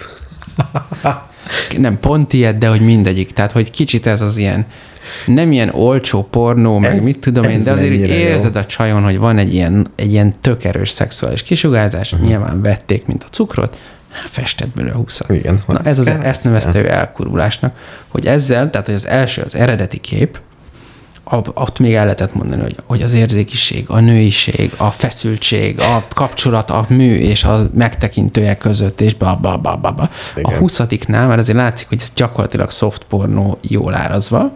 Nem pont ilyet, de hogy mindegyik. Tehát, hogy kicsit ez az ilyen, nem ilyen olcsó pornó, meg mit tudom én, de azért érzed a csajon, hogy van egy ilyen tök erős szexuális kisugárzás, nyilván vették, mint a cukrot, festett belőle 20-at. Igen. Na, ezt nevezte ő elkurvulásnak, hogy ezzel, tehát hogy az első, az eredeti kép, ott még el lehetett mondani, hogy az érzékiség, a nőiség, a feszültség, a kapcsolat, a mű és a megtekintője között, és A 20-nál már azért látszik, hogy ez gyakorlatilag soft pornó jól árazva.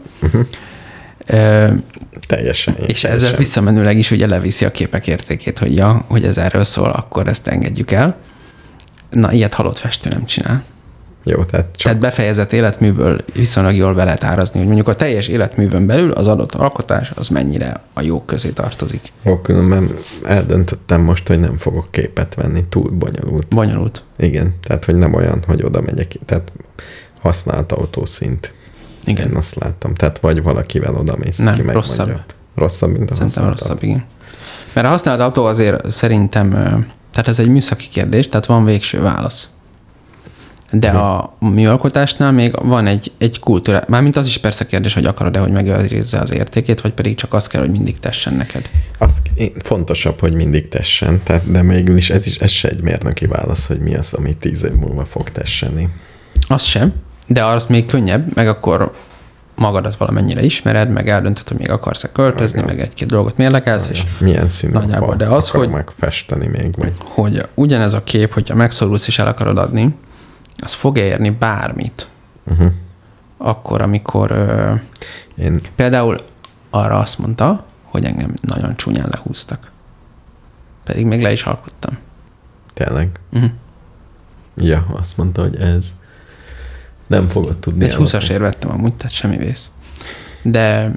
Teljesen. És ezzel visszamenőleg is ugye leviszi a képek értékét, hogy ez erről szól, akkor ezt engedjük el. Na, ilyet halott festő nem csinál. Jó, tehát befejezett életműből viszonylag jól be lehet árazni, hogy mondjuk a teljes életművön belül az adott alkotás az mennyire a jók közé tartozik. Ó, különben eldöntöttem most, hogy nem fogok képet venni, túl bonyolult. Bonyolult. Igen, tehát hogy nem olyan, hogy oda megyek, tehát használt autószint. Igen. Én azt láttam. Tehát vagy valakivel oda mész, nem, ki megmondja. rosszabb. Rosszabb, mint a szerintem rosszabb, igen. Mert a használt autó azért szerintem, tehát ez egy műszaki kérdés, tehát van végső válasz. De a műalkotásnál még van egy kultúra. Mármint az is persze kérdés, hogy akarod-e, hogy megőrizze az értékét, vagy pedig csak az kell, hogy mindig tessen neked. Fontosabb, hogy mindig tessen, de végül is ez se egy mérnöki válasz, hogy mi az, ami 10 év múlva fog tesseni. Az sem, de az még könnyebb, meg akkor magadat valamennyire ismered, meg eldöntöd, hogy még akarsz-e költözni, meg egy-két dolgot mérlekelsz, és milyen színű nagyjából. De az, hogy megfesteni még, vagy. Hogy ugyanez a kép, hogyha megszorulsz és el akarod adni, az fog érni bármit. Akkor, amikor például arra azt mondta, hogy engem nagyon csúnyán lehúztak. Pedig még le is alkottam. Tényleg? Ja, azt mondta, hogy ez nem fogod tudni. Egy 20-asért vettem amúgy, tehát semmi vész. De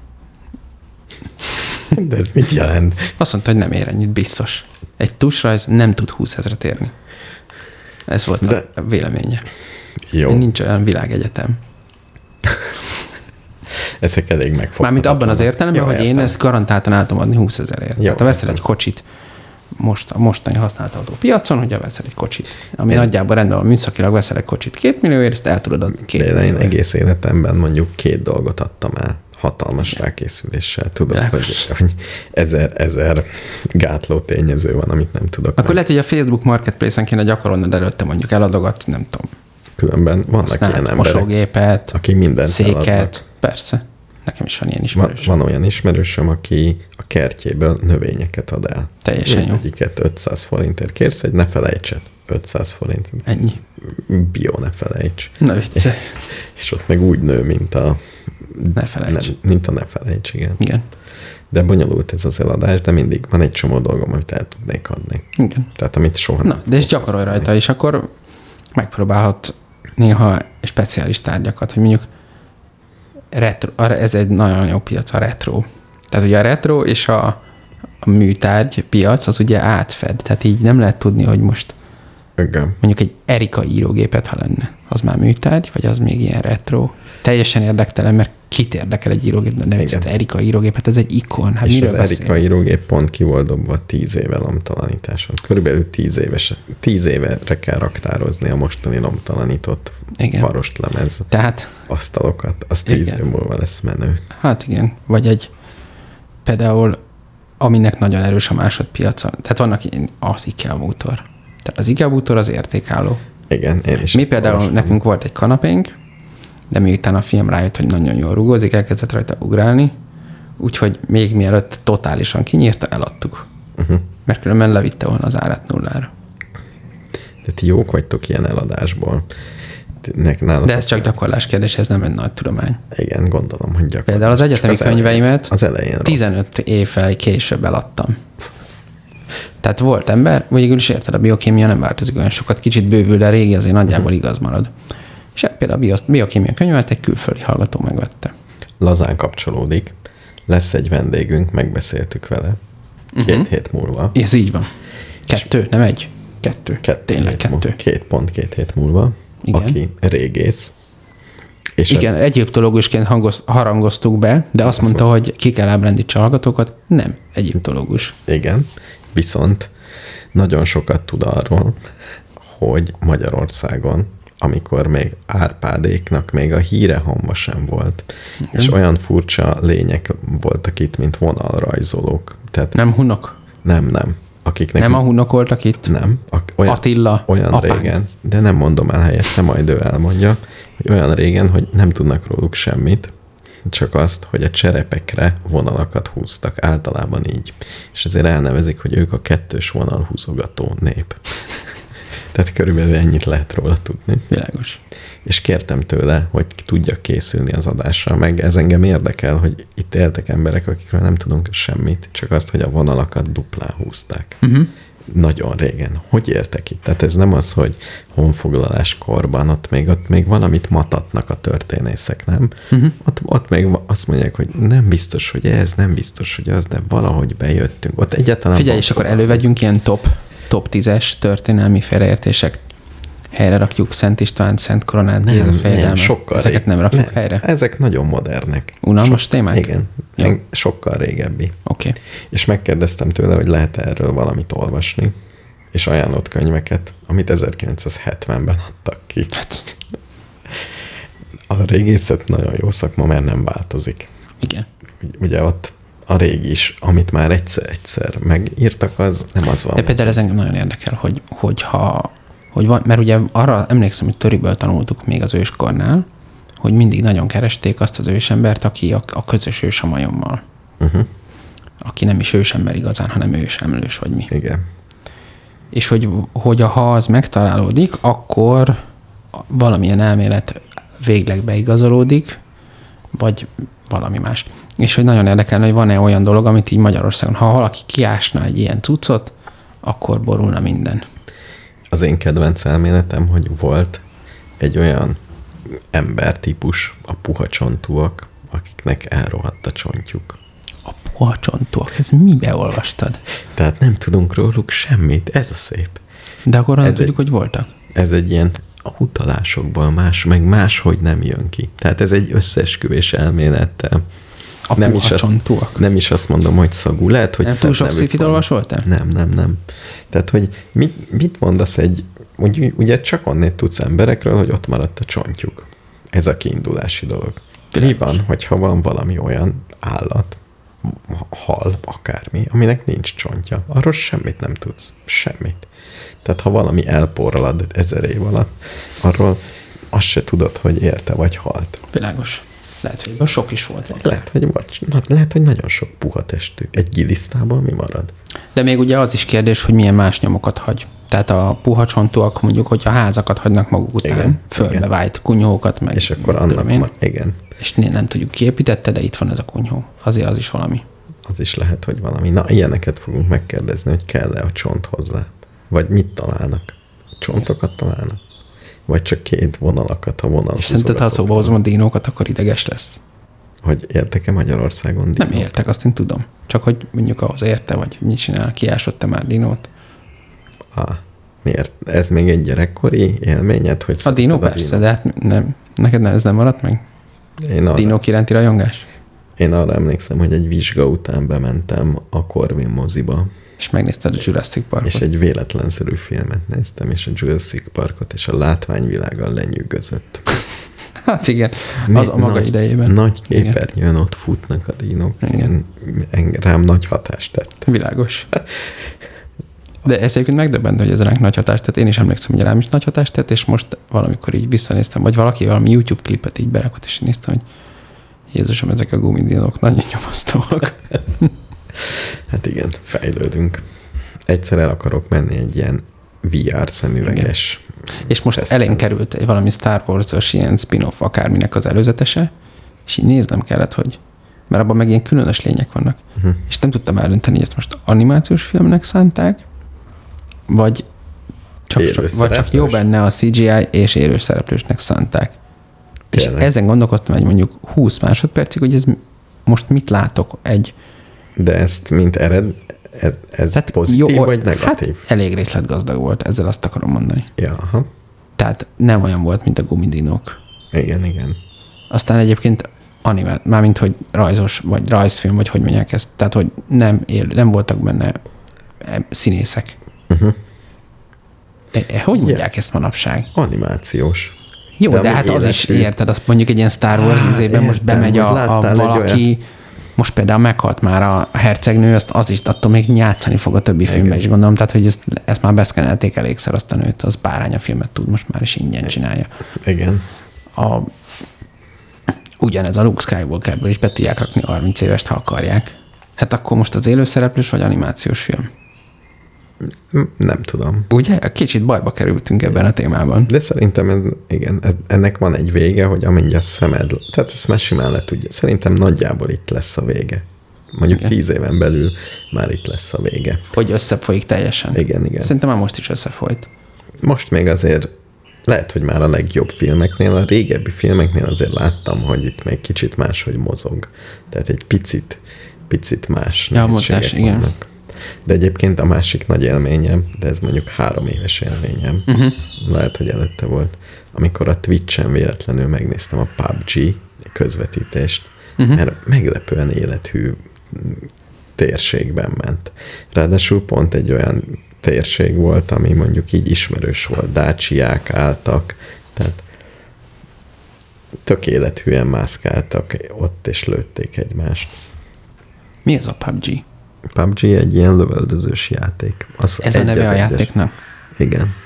ez mit jelent? Azt mondta, hogy nem ér ennyit, biztos. Egy tusrajz nem tud 20 000-et érni. Ez volt a véleménye. Jó. Nincs olyan világegyetem. Ezek elég megfoghatatlanak. Mármint abban az értelemben, hogy én ezt garantáltan át tudom adni 20 000-ért. Tehát ha veszel egy kocsit a mostani használt autó piacon, hogyha veszel egy kocsit, ami nagyjából rendben van, műszakilag veszel egy kocsit 2 millióért, ezt el tudod adni 2 millióért. Én egész életemben mondjuk 2 dolgot adtam el hatalmas rákészüléssel. Tudod, hogy ezer gátló tényező van, amit nem tudok. Akkor lehet, hogy a Facebook Marketplace-en kéne gyakorolnod előtte, mondjuk eladogat, nem tudom. Különben vannak ilyen emberek, mosógépet, akik mindent széket, eladnak. Persze. Nekem is van ilyen ismerősöm. Van olyan ismerősöm, aki a kertjéből növényeket ad el. Teljesen jó. Egyiket 500 forintért kérsz, egy ne felejtsed. 500 forint. Ennyi. Bio ne felejts. Na vicce. És ott meg úgy nő, mint a ne felejts. Mint a ne felejts, igen. Igen. De bonyolult ez az eladás, de mindig van egy csomó dolgom, amit el tudnék adni. Igen. Tehát amit soha nem. De és gyakorolj rajta, és akkor megpróbálhat néha speciális tárgyakat, hogy mondjuk ez egy nagyon jó piac, a retro. Tehát ugye a retro és a műtárgy piac az ugye átfed, tehát így nem lehet tudni, hogy most igen. Mondjuk egy Erika írógépet, ha lenne, az már műtárgy, vagy az még ilyen retro. Teljesen érdektelen, mert kit érdekel egy írógép, de nem az Erika írógépet, ez egy ikon. Hát és az Erika írógép pont ki volt dobva 10 éve lomtalanításon. Körülbelül 10 évre kell raktározni a mostani lomtalanított varostlemez asztalokat. Az 10 év múlva lesz menő. Hát igen. Vagy például, aminek nagyon erős a másodpiaca. Tehát vannak az IKEA bútor. Tehát az IKEA bútor az értékálló. Igen, én is. Mi például nekünk volt egy kanapénk, de miután a fiam rájött, hogy nagyon jól rugózik, elkezdett rajta ugrálni, úgyhogy még mielőtt totálisan kinyírta, eladtuk. Mert különben levitte volna az árát nullára. De ti jók vagytok ilyen eladásból. De ez csak gyakorlás kérdés, ez nem egy nagy tudomány. Igen, gondolom, hogy gyakorlás. Például az egyetemi könyveimet az elején 15 évvel később eladtam. Tehát volt ember, végül is érted, a biokémia nem változik olyan sokat, kicsit bővül, de a régi azért nagyjából igaz marad. És például a biokémia könyvet egy külföldi hallgató megvette. Lazán kapcsolódik. Lesz egy vendégünk, megbeszéltük vele. 2 hét múlva. Ez így van. 2, nem 1. 2. Tényleg 2. 2 hét múlva. Igen. Aki régész. És igen, egyiptológusként harangoztuk be, de azt mondta, hogy ki kell ábrándítsa a hallgatókat. Nem egyiptológus. Igen, viszont nagyon sokat tud arról, hogy Magyarországon, amikor még Árpádéknak még a híre hamba sem volt, és olyan furcsa lények voltak itt, mint vonalrajzolók. Tehát nem hunok? Nem. Akiknek nem a hunok voltak itt? Nem. Attila, olyan apánk. Régen, de nem mondom el helyette, majd ő elmondja, hogy olyan régen, hogy nem tudnak róluk semmit, csak azt, hogy a cserepekre vonalakat húztak, általában így. És ezért elnevezik, hogy ők a 2-ös vonalhúzogató nép. Tehát körülbelül ennyit lehet róla tudni. Világos. És kértem tőle, hogy tudjak készülni az adásra, meg ez engem érdekel, hogy itt éltek emberek, akikről nem tudunk semmit, csak azt, hogy a vonalakat duplán húzták. Nagyon régen. Hogy értek itt? Tehát ez nem az, hogy honfoglaláskorban, ott még valamit matatnak a történészek, nem? Ott még azt mondják, hogy nem biztos, hogy ez, nem biztos, hogy az, de valahogy bejöttünk. Ott egyáltalán... Figyelj, és akkor elővegyünk ilyen top 10-es történelmi félreértések. Helyre rakjuk Szent István, Szent Koronát, Géza fejedelmet. Ezeket nem rakjuk helyre? Ezek nagyon modernek. Unalmas témák? Igen. Sokkal régebbi. Oké. És megkérdeztem tőle, hogy lehet erről valamit olvasni, és ajánlott könyveket, amit 1970-ben adtak ki. A régészet nagyon jó szakma, mert nem változik. Igen. Ugye ott a régi is, amit már egyszer megírtak, az nem az van. De például ez engem nagyon érdekel, hogy van, mert ugye arra emlékszem, hogy töriből tanultuk még az őskornál, hogy mindig nagyon keresték azt az ősembert, aki a közös ős a majommal. Aki nem is ősember igazán, hanem ősemlős, vagy mi. Igen. És hogy ha az megtalálódik, akkor valamilyen elmélet végleg beigazolódik, vagy valami más. És hogy nagyon érdekelne, hogy van-e olyan dolog, amit így Magyarországon, ha valaki kiásna egy ilyen cuccot, akkor borulna minden. Az én kedvenc elméletem, hogy volt egy olyan embertípus, a puha csontúak, akiknek elrohadt a csontjuk. A puha csontúak? Ez mibe olvastad? Tehát nem tudunk róluk semmit, ez a szép. De akkor nem tudjuk, hogy voltak. Ez egy ilyen a utalásokból máshogy nem jön ki. Tehát ez egy összeesküvés elmélettel. A puha csontúak. Nem is azt mondom, hogy szagú. Lehet, hogy nem túl sok szifit olvasoltál? Nem. Tehát, hogy mit mondasz ugye csak onnét tudsz emberekről, hogy ott maradt a csontjuk. Ez a kiindulási dolog. Mi van, hogyha van valami olyan állat, hal, akármi, aminek nincs csontja? Arról semmit nem tudsz. Semmit. Tehát ha valami elporralad 1000 év alatt, arról azt se tudod, hogy élte vagy halt. Világos. Lehet, hogy sok is volt. Lehet, hogy nagyon sok puha testű. Egy gilisztában mi marad? De még ugye az is kérdés, hogy milyen más nyomokat hagy. Tehát a puha csontúak mondjuk, hogyha házakat hagynak maguk után, földbevájt kunyhókat, meg... És akkor annak igen. És nem tudjuk, ki építette, de itt van ez a kunyhó. Azért az is valami. Az is lehet, hogy valami. Na, ilyeneket fogunk megkérdezni, hogy kell-e a csont hozzá. Vagy mit találnak? Csontokat találnak? Vagy csak 2 vonalakat, a vonal. És szerinted, ha szóba hozom a dinókat, akkor ideges lesz? Hogy értek-e Magyarországon dinókat? Nem értek, azt én tudom. Csak hogy mondjuk ahhoz érte, vagy mit csinál, kiásott-e már dinót? Miért? Ez még egy gyerekkori élményed? Hogy a dinó persze, de hát nem. Neked ez nem maradt meg? Dinók iránti rajongás? Én arra emlékszem, hogy egy vizsga után bementem a Corvin moziba. És megnézted a Jurassic Parkot. És egy véletlenszerű filmet néztem, és a Jurassic Parkot, és a látványvilággal lenyűgözött. Hát igen, az a maga idejében. Nagy képernyőn ott futnak a dinók. Rám nagy hatást tett. Világos. De ez egyébként megdöbbent, hogy ez ránk nagy hatást tett. Én is emlékszem, hogy rám is nagy hatást tett, és most valamikor így visszanéztem, vagy valaki valami YouTube klipet így berakott, és én néztem, hogy Jézusom, ezek a gumidinók nagyon nyomasztóak. Hát igen, fejlődünk. Egyszer el akarok menni egy ilyen VR szemüveges. És most elém került egy valami Star Wars-os ilyen spin-off akárminek az előzetese, és így néznem kellett, hogy mert abban meg ilyen különös lények vannak. És nem tudtam eldönteni, hogy ezt most animációs filmnek szánták, vagy csak jó benne a CGI és élős szereplősnek szánták. Tényleg. És ezen gondolkodtam egy mondjuk 20 másodpercig, hogy ez most mit látok De ezt mint ez tehát pozitív vagy negatív? Hát elég részletgazdag volt, ezzel azt akarom mondani. Ja, aha. Tehát nem olyan volt, mint a Gumidinok. Igen. Aztán egyébként animált, mármint, hogy rajzos, vagy rajzfilm, vagy hogy mondják ezt. Tehát, hogy nem voltak benne színészek. Hogy mondják ezt manapság? Animációs. Jó, de hát az is érted, azt mondjuk egy ilyen Star Wars izében most bemegy a valaki, most például meghalt már a hercegnő, az is attól még játszani fog a többi filmben is, gondolom, tehát hogy ezt már beszkenelték elégszer azt a nőt, az báránya filmet tud, most már is ingyen csinálja. Igen. Ugyanez a Luke Skywalkerből is be tudják rakni 30 évest, ha akarják. Hát akkor most az élőszereplős vagy animációs film? Nem tudom. Ugye? Kicsit bajba kerültünk ebben a témában. De szerintem ennek van egy vége, hogy amint a szemed, tehát ezt már simán le tudja. Szerintem nagyjából itt lesz a vége. Mondjuk 10 éven belül már itt lesz a vége. Hogy összefolyik teljesen. Igen. Szerintem már most is összefolyt. Most még azért lehet, hogy már a legjobb filmeknél, a régebbi filmeknél azért láttam, hogy itt még kicsit máshogy mozog. Tehát egy picit más nehézségek vannak. De egyébként a másik nagy élményem, de ez mondjuk 3 éves élményem, lehet, hogy előtte volt, amikor a Twitch-en véletlenül megnéztem a PUBG közvetítést, mert meglepően élethű térségben ment. Ráadásul pont egy olyan térség volt, ami mondjuk így ismerős volt. Dácsiák álltak, tehát tök élethűen mászkáltak ott, és lőtték egymást. Mi ez a PUBG? PUBG egy ilyen lövöldözős játék. Ez a neve a játéknak? Igen.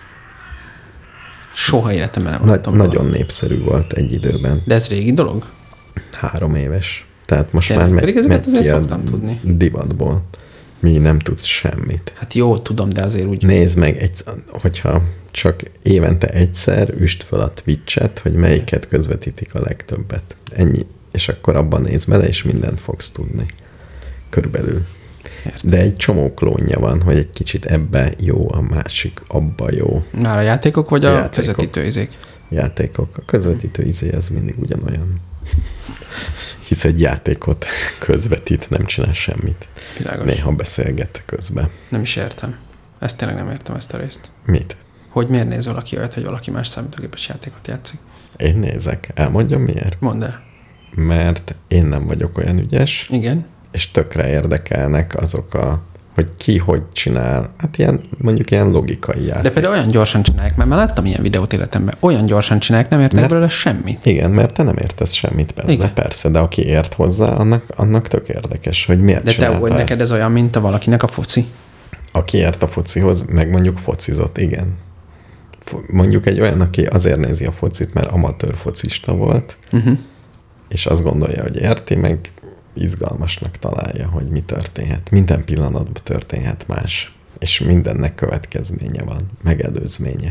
Soha életemben nem láttam. Nagyon népszerű volt egy időben. De ez régi dolog? 3 éves. Tehát most tényleg, már megy ki a divatból. Mi nem tudsz semmit. Hát jó, tudom, de azért úgy... Nézd meg, hogyha csak évente egyszer üst fel a Twitch-et, hogy melyiket közvetítik a legtöbbet. Ennyi. És akkor abban nézd bele, és mindent fogsz tudni. Körülbelül. Értem. De egy csomó klónja van, hogy egy kicsit ebbe jó, a másik abba jó. Már a játékok, vagy a közvetítő izék? Játékok. A közvetítő izé az mindig ugyanolyan. Hisz egy játékot közvetít, nem csinál semmit. Világos. Néha beszélget közben. Nem is értem. Ezt tényleg nem értem, ezt a részt. Mit? Hogy miért néz valaki olyat, hogy valaki más számítógépes játékot játszik? Én nézek. Elmondjam miért? Mondd el. Mert én nem vagyok olyan ügyes. Igen. És tökre érdekelnek azok hogy ki hogy csinál, hát mondjuk ilyen logikai játék. De például olyan gyorsan csinálják, mert már láttam ilyen videót életemben, olyan gyorsan csinálják, nem értek belőle semmit. Igen, mert te nem értesz semmit belőle, igen. Persze, de aki ért hozzá, annak tök érdekes, hogy miért csinálta ezt. De te, hogy neked ez olyan, mint a valakinek a foci? Aki ért a focihoz, meg mondjuk focizott, igen. Mondjuk egy olyan, aki azért nézi a focit, mert amatőr focista volt, és azt gondolja, hogy érti, meg izgalmasnak találja, hogy mi történhet. Minden pillanatban történhet más, és mindennek következménye van, megelőzménye.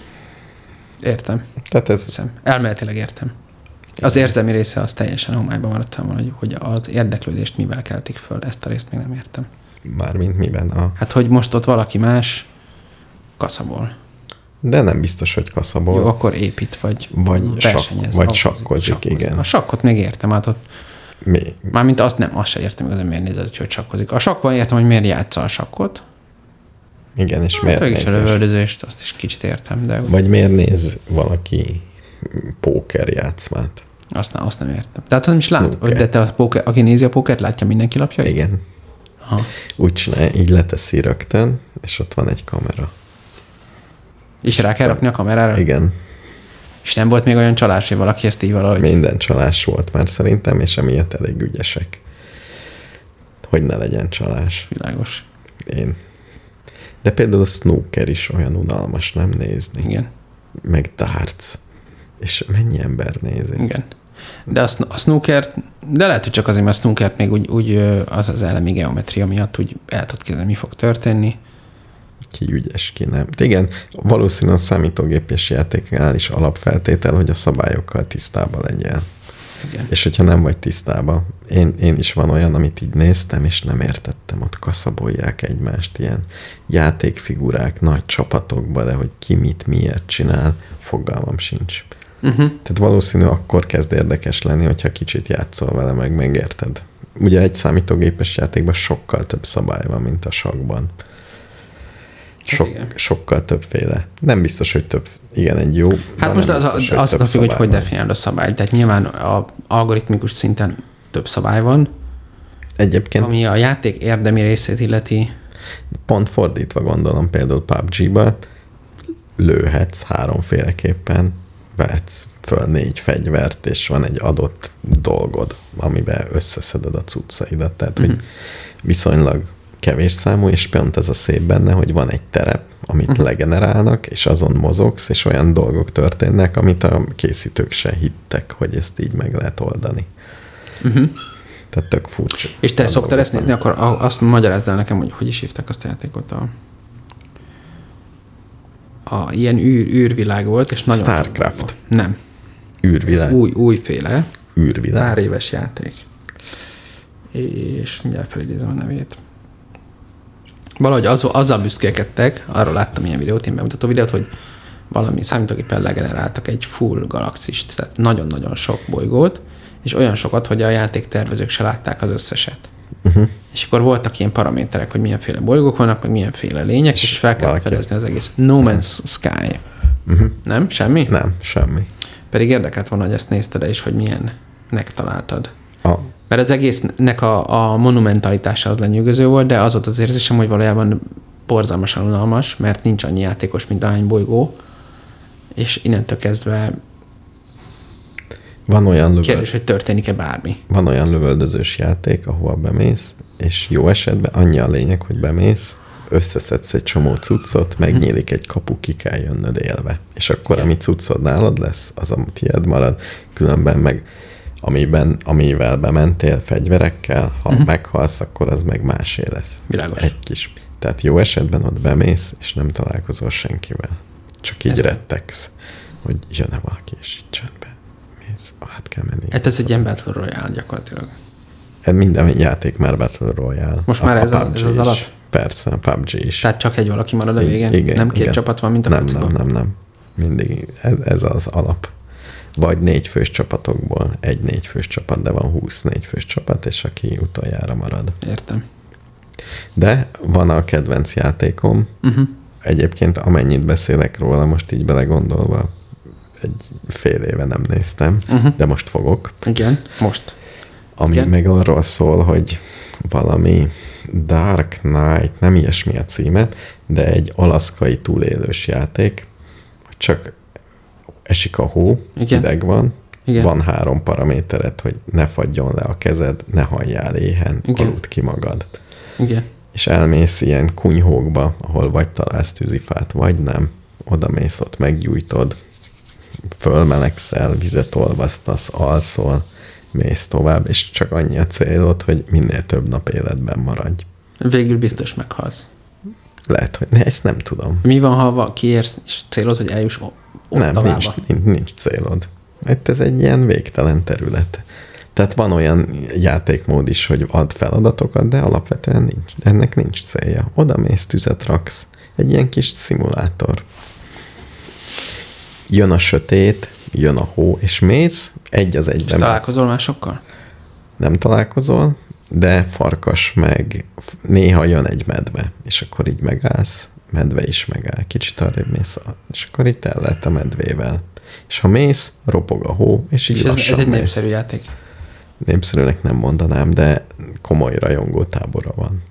Értem. Tehát ez... Hiszem. Elméletileg értem. Az érzelmi része az teljesen homályban maradt számomra, hogy az érdeklődést mivel keltik föl, ezt a részt még nem értem. Mármint miben? Hát, hogy most ott valaki más kaszabol. De nem biztos, hogy kaszabol. Jó, akkor épít, vagy versenyez. Vagy sakkozik, igen. A sakkot még értem, hát ott mármint azt se értem, hogy miért nézed, hogy sakkozik. A sakkban értem, hogy miért játsza a sakkot. Igen, és miért nézed? A lövöldözést, azt is kicsit értem, de... Vagy miért néz valaki póker játszmát? Azt nem értem. Tehát az nem is lát, de te aki nézi a pókert, látja mindenki lapjait? Igen. Aha. Úgy csinálja, így leteszi rögtön, és ott van egy kamera. És rá kell rakni a kamerára? Igen. És nem volt még olyan csalás, hogy valaki ezt így valahogy... Minden csalás volt már szerintem, és emiatt elég ügyesek. Hogy ne legyen csalás. Világos. De például a snooker is olyan unalmas, nem nézni. Igen. Meg darts. És mennyi ember nézi? Igen. De a snooker, de lehet, hogy csak azért, mert a snooker még úgy az elemi geometria miatt úgy el tud képzelni, mi fog történni. ki ügyes, ki nem. De igen, valószínűleg a számítógépes játéknál is alapfeltétel, hogy a szabályokkal tisztában legyél. Igen. És hogyha nem vagy tisztában, én is van olyan, amit így néztem, és nem értettem, ott kaszabolják egymást, ilyen játékfigurák nagy csapatokba, de hogy ki mit, miért csinál, fogalmam sincs. Tehát valószínű akkor kezd érdekes lenni, hogyha kicsit játszol vele, meg megérted. Ugye egy számítógépes játékban sokkal több szabály van, mint a sakkban. Sokkal többféle. Nem biztos, hogy több. Igen, egy jó. Hát most az függ, hogy definiálod a szabályt. Tehát nyilván az algoritmikus szinten több szabály van. Egyébként. Ami a játék érdemi részét illeti. Pont fordítva gondolom, például PUBG-ba lőhetsz háromféleképpen, vehetsz föl 4 fegyvert, és van egy adott dolgod, amiben összeszeded a cuccaidat. Tehát, hogy viszonylag kevés számú, és pont ez a szép benne, hogy van egy terep, amit legenerálnak, és azon mozogsz, és olyan dolgok történnek, amit a készítők se hittek, hogy ezt így meg lehet oldani. Tehát tök furcsa. És te szoktál ezt nézni, akkor azt magyarázd el nekem, hogy is hívták azt a játékot. Ilyen űrvilág volt, és nagyon... Starcraft. Nem. Űrvilág. Újféle. Űrvilág. Pár éves játék. És mindjárt felidézem a nevét. Valahogy azzal büszkélkedtek, arról láttam ilyen videót, én bemutató videót, hogy valami számítógéppel legeneráltak egy full galaxist, tehát nagyon-nagyon sok bolygót, és olyan sokat, hogy a játéktervezők se látták az összeset. És akkor voltak ilyen paraméterek, hogy milyenféle bolygók vannak, meg milyenféle lények, és fel kellett fedezni az egész. No Man's Sky. Nem? Semmi? Nem, semmi. Pedig érdekelt volna, hogy ezt nézted és hogy milyennek találtad. Mert az egésznek a monumentalitása az lenyűgöző volt, de az volt az érzésem, hogy valójában borzalmasan unalmas, mert nincs annyi játékos, mint ahány bolygó, és innentől kezdve van olyan kérdés, hogy történik-e bármi. Van olyan lövöldözős játék, ahova bemész, és jó esetben annyi a lényeg, hogy bemész, összeszedsz egy csomó cuccot, megnyílik egy kapu, ki kell jönnöd élve. És akkor, ami cuccod nálad lesz, az a tiéd marad, különben meg amivel bementél fegyverekkel, ha meghalsz, akkor az meg másé lesz. Világos. Egy kis. Tehát jó esetben ott bemész, és nem találkozol senkivel. Csak így rettegsz, hogy jön-e valaki, és így csendben mész. Hát kell menni. Hát ez egy ilyen Battle Royale gyakorlatilag. Minden játék már Battle Royale. Most már ez az alap? Persze, a PUBG is. Tehát csak egy valaki marad a végén? Igen, nem két csapat van, mint a fociban? Nem. Mindig ez az alap. Vagy 4 fős csapatokból egy 4 fős csapat, de van 24 fős csapat, és aki utoljára marad. Értem. De van a kedvenc játékom. Egyébként amennyit beszélek róla, most így belegondolva, egy fél éve nem néztem, de most fogok. Igen, most. Ami meg arról szól, hogy valami Dark Knight, nem ilyesmi a címe, de egy alaszkai túlélős játék, csak esik a hó, hideg van, van 3 paraméteret, hogy ne fagyjon le a kezed, ne halljál éhen, aludd ki magad. Igen. És elmész ilyen kunyhókba, ahol vagy találsz tűzifát, vagy nem. Oda mész, ott meggyújtod, fölmelegszel, vizet olvasztasz, alszol, mész tovább, és csak annyi a célod, hogy minél több nap életben maradj. Végül biztos meghalsz. Lehet, hogy ezt nem tudom. Mi van, ha kiérsz, és célod, hogy eljuss nem, nincs célod. Ez egy ilyen végtelen terület. Tehát van olyan játékmód is, hogy ad feladatokat, de alapvetően ennek nincs célja. Oda mész, tüzet raksz. Egy ilyen kis szimulátor. Jön a sötét, jön a hó, és mész, egy az egyben. És találkozol másokkal? Nem találkozol, de farkas meg néha jön egy medve, és akkor így megállsz, medve is megáll, kicsit arrébb mész, és akkor itt el lehet a medvével. És ha mész, ropog a hó, és így lassan mész. Ez egy népszerű játék. Népszerűnek nem mondanám, de komoly rajongó tábora van.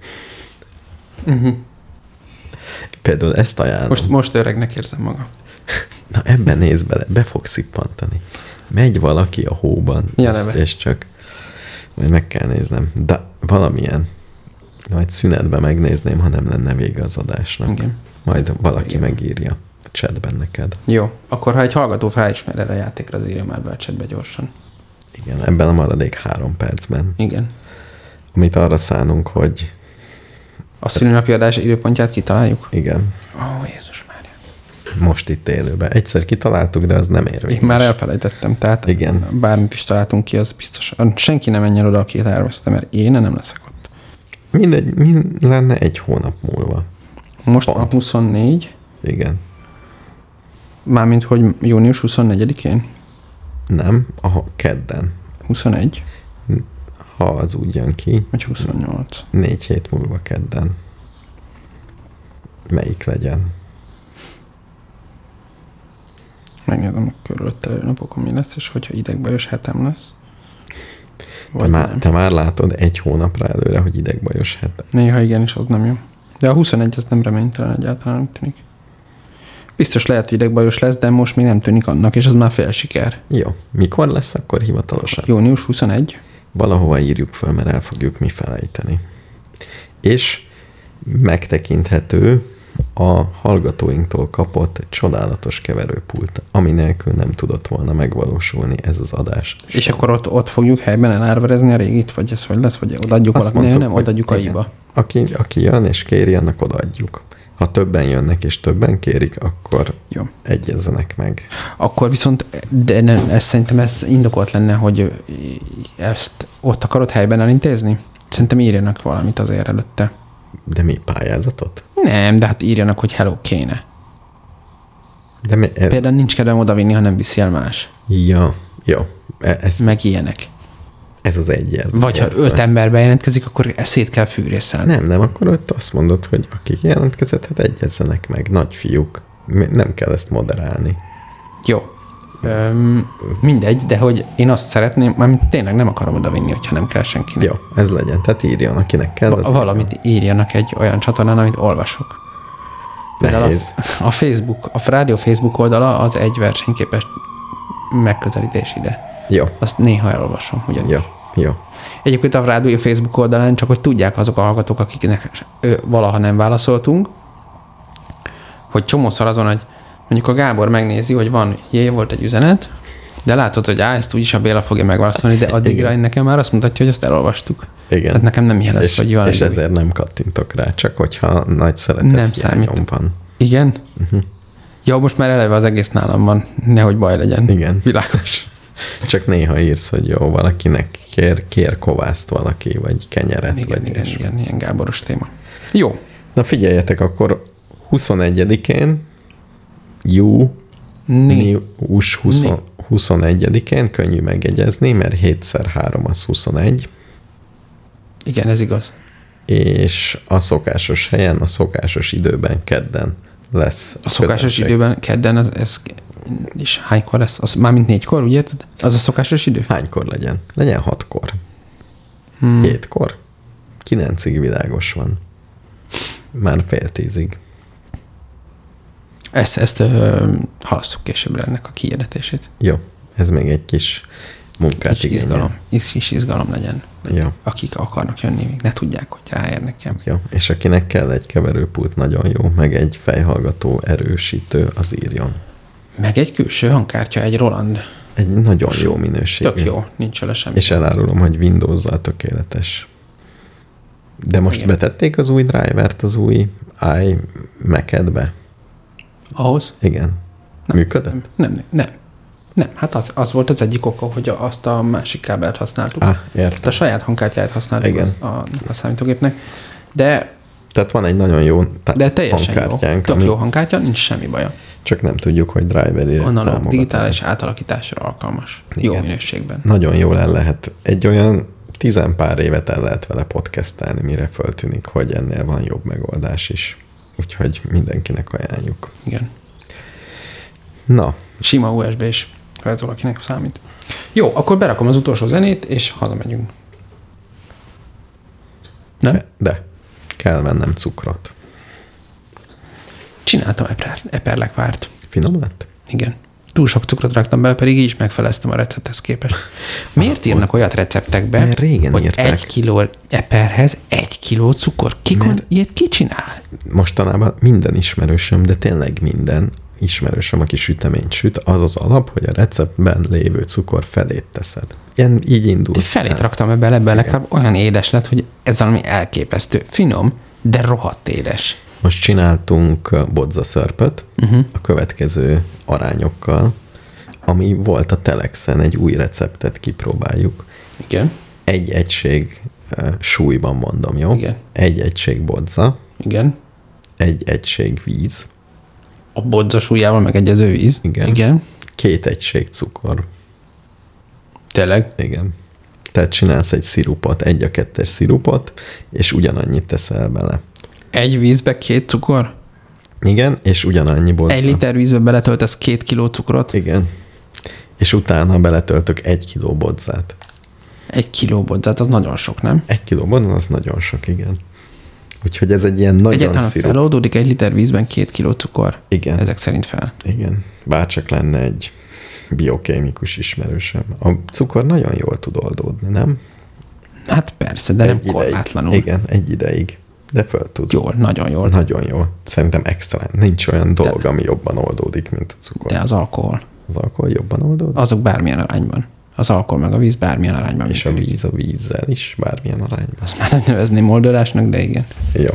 Például ezt ajánlom. Most öregnek érzem magam. Na ebben nézd bele, be fog szippantani. Megy valaki a hóban, és csak majd meg kell néznem. De valamilyen, majd szünetben megnézném, ha nem lenne vége az adásnak. Igen. Majd valaki megírja a chatben neked. Jó, akkor ha egy hallgató felismer erre a játékra, az írja már be a chatbe gyorsan. Igen, ebben a maradék 3 percben. Igen. Amit arra szánunk, hogy A szülinapi adás időpontját kitaláljuk? Igen. Ó, Jézus Mária. Most itt élőben. Egyszer kitaláltuk, de az nem érvényes. Én már elfelejtettem, tehát igen. Bármit is találtunk ki, az biztos. Senki nem menjen oda, aki tervezte, mert én nem leszek ott. Mindegy, lenne egy hónap múlva. Most a 24. Igen. Mármint, hogy június 24-én? Nem, kedden. 21? Ha az úgy jön ki. Vagy 28? 4 hét múlva kedden. Melyik legyen? Megnézem a körülötte napokon mi lesz, és hogyha idegbajos hetem lesz. Te már látod egy hónapra előre, hogy idegbajos hetem. Néha igen, és az nem jó. De a 21 az nem reménytelen egyáltalán tűnik. Biztos lehet, hogy idegbajos lesz, de most még nem tűnik annak, és az már fél siker. Jó. Mikor lesz akkor hivatalosan? Június 21. Valahova írjuk föl, mert el fogjuk mi felejteni. És megtekinthető a hallgatóinktól kapott csodálatos keverőpult, ami nélkül nem tudott volna megvalósulni ez az adás. És akkor ott fogjuk helyben elárverezni a régit, vagy ez hogy lesz, vagy odaadjuk valakinek? Nem, odaadjuk a i-ba. Aki jön és kéri, annak odaadjuk. Ha többen jönnek és többen kérik, akkor jó. Egyezzenek meg. Akkor viszont, de szerintem ez indokolt lenne, hogy ezt ott akarod helyben elintézni? Szerintem írjanak valamit azért előtte. De mi, pályázatot? Nem, de hát írjanak, hogy hello kéne. De például nincs kedvem odavinni, ha nem viszi el más. Ja, jó. Meg ilyenek. Ez az egyértelmű. Vagy ha 5 ember bejelentkezik, akkor szét kell fűrészelni. Nem, akkor ott azt mondod, hogy akik jelentkezett, hát egyezzenek meg, nagyfiúk. Nem kell ezt moderálni. Jó. Mindegy, de hogy én azt szeretném, mert tényleg nem akarom odavinni, hogyha nem kell senkinek. Jó, ez legyen. Tehát írjon, akinek kell. Valamit írjanak egy olyan csatornán, amit olvasok. Nehéz. A rádió Facebook oldala az egy versenyképes megközelítés ide. Jó. Azt néha elolvasom, ugyanis. Jó. Egyébként a rádió Facebook oldalán csak, hogy tudják azok a hallgatók, akiknek valaha nem válaszoltunk, hogy csomószor azon, hogy mondjuk a Gábor megnézi, hogy volt egy üzenet, de látod, hogy ezt úgyis a Béla fogja megválaszolni, de addigra nekem már azt mutatja, hogy azt elolvastuk. Igen. Tehát nekem nem jelez, hogy van. És ezért nem kattintok rá, csak hogyha nagy szeretet hiányom van. Igen? Uh-huh. Ja, most már eleve az egész nálam van, nehogy baj legyen. Igen. Világos. Csak néha írsz, hogy jó, valakinek kér kovászt valaki, vagy kenyeret. Igen, ilyen Gáboros téma. Jó. Na figyeljetek, akkor 21-én június 21-én könnyű megjegyezni, mert 7x3 az 21. Igen, ez igaz. És a szokásos helyen, a szokásos időben kedden lesz. A szokásos időben kedden ez és hánykor lesz? Az mármint 4-kor, úgy érted? Az a szokásos idő? Hánykor legyen? Legyen 6-kor. 7-kor. 9-ig világos van. Már fél 10-ig. Ezt halasszuk későbbre ennek a kihirdetését. Jó, ez még egy kis munkát igényel. Kis izgalom legyen. Ja. Akik akarnak jönni, még ne tudják, hogy ráérnek. Ja, és akinek kell egy keverőpult, nagyon jó, meg egy fejhallgató erősítő, az írjon. Meg egy külső hangkártya, egy Roland. Egy nagyon jó minőségű. Tök jó, nincs vele semmi. És elárulom, hogy Windows-zal tökéletes. De most betették az új drivert az új iMac-edbe? Ahhoz? Igen. Nem, működött? Nem, hát az volt az egyik oka, hogy azt a másik kábelt használtuk. Értem. A saját hangkártyáját használtuk a számítógépnek. De... Tehát van egy nagyon jó de teljesen hangkártyánk. Tök jó hangkártya, nincs semmi baja. Csak nem tudjuk, hogy driverére analóg, digitális átalakításra alkalmas. Igen. Jó minőségben. Nagyon jól el lehet. Egy olyan 10 pár évet el lehet vele podcastelni, mire föltűnik, hogy ennél van jobb megoldás is. Úgyhogy mindenkinek ajánljuk. Igen. Na. Sima USB-s, ha ez valakinek számít. Jó, akkor berakom az utolsó zenét, és hazamegyünk. Nem? De. Kell vennem cukrot. Csináltam eperlekvárt. Finom lett? Igen. Túl sok cukrot raktam bele, pedig így is megfeleztem a recepthez képest. Miért írnak olyat receptekbe, hogy írták. 1 kiló eperhez 1 kiló cukor? Ilyet ki csinál? Mostanában minden ismerősöm, de tényleg minden ismerősöm, aki süteményt süt, az az alap, hogy a receptben lévő cukor felét teszed. Így indult. Felét raktam ebbe olyan édes lett, hogy ez valami elképesztő. Finom, De rohadt édes. Most csináltunk bodzaszörpöt a következő arányokkal, ami volt a Telexen, egy új receptet kipróbáljuk. Igen. 1 egység súlyban mondom, jó? Igen. 1 egység bodza. Igen. 1 egység víz. A bodza súlyával megegyező víz. Igen. Igen. 2 egység cukor. Tényleg? Igen. Tehát csinálsz egy szirupot, 1/2 szirupot, és ugyanannyit teszel bele. 1 vízbe 2 cukor? Igen, és ugyanannyi bodza. 1 liter vízbe beletöltesz 2 kiló cukrot? Igen. És utána beletöltök 1 kiló bodzát. 1 kiló bodzát, az nagyon sok, nem? 1 kiló bodza, az nagyon sok, igen. Úgyhogy ez egy ilyen nagyon Egyáltalán szirup. feloldódik 1 liter vízben 2 kiló cukor? Igen. Ezek szerint fel. Igen. Bárcsak lenne egy biokémikus ismerősöm. A cukor nagyon jól tud oldódni, nem? Hát persze, de nem korlátlanul. Igen, egy ideig. De föl tud. Jól, nagyon jól. Nagyon jól. Szerintem extra. Nincs olyan dolog, ami jobban oldódik, mint a cukor. De az alkohol. Az alkohol jobban oldódik? Azok bármilyen arányban. Az alkohol meg a víz bármilyen arányban. És a víz a vízzel is bármilyen arányban. Azt már nem nevezném oldalásnak, de igen. Jó.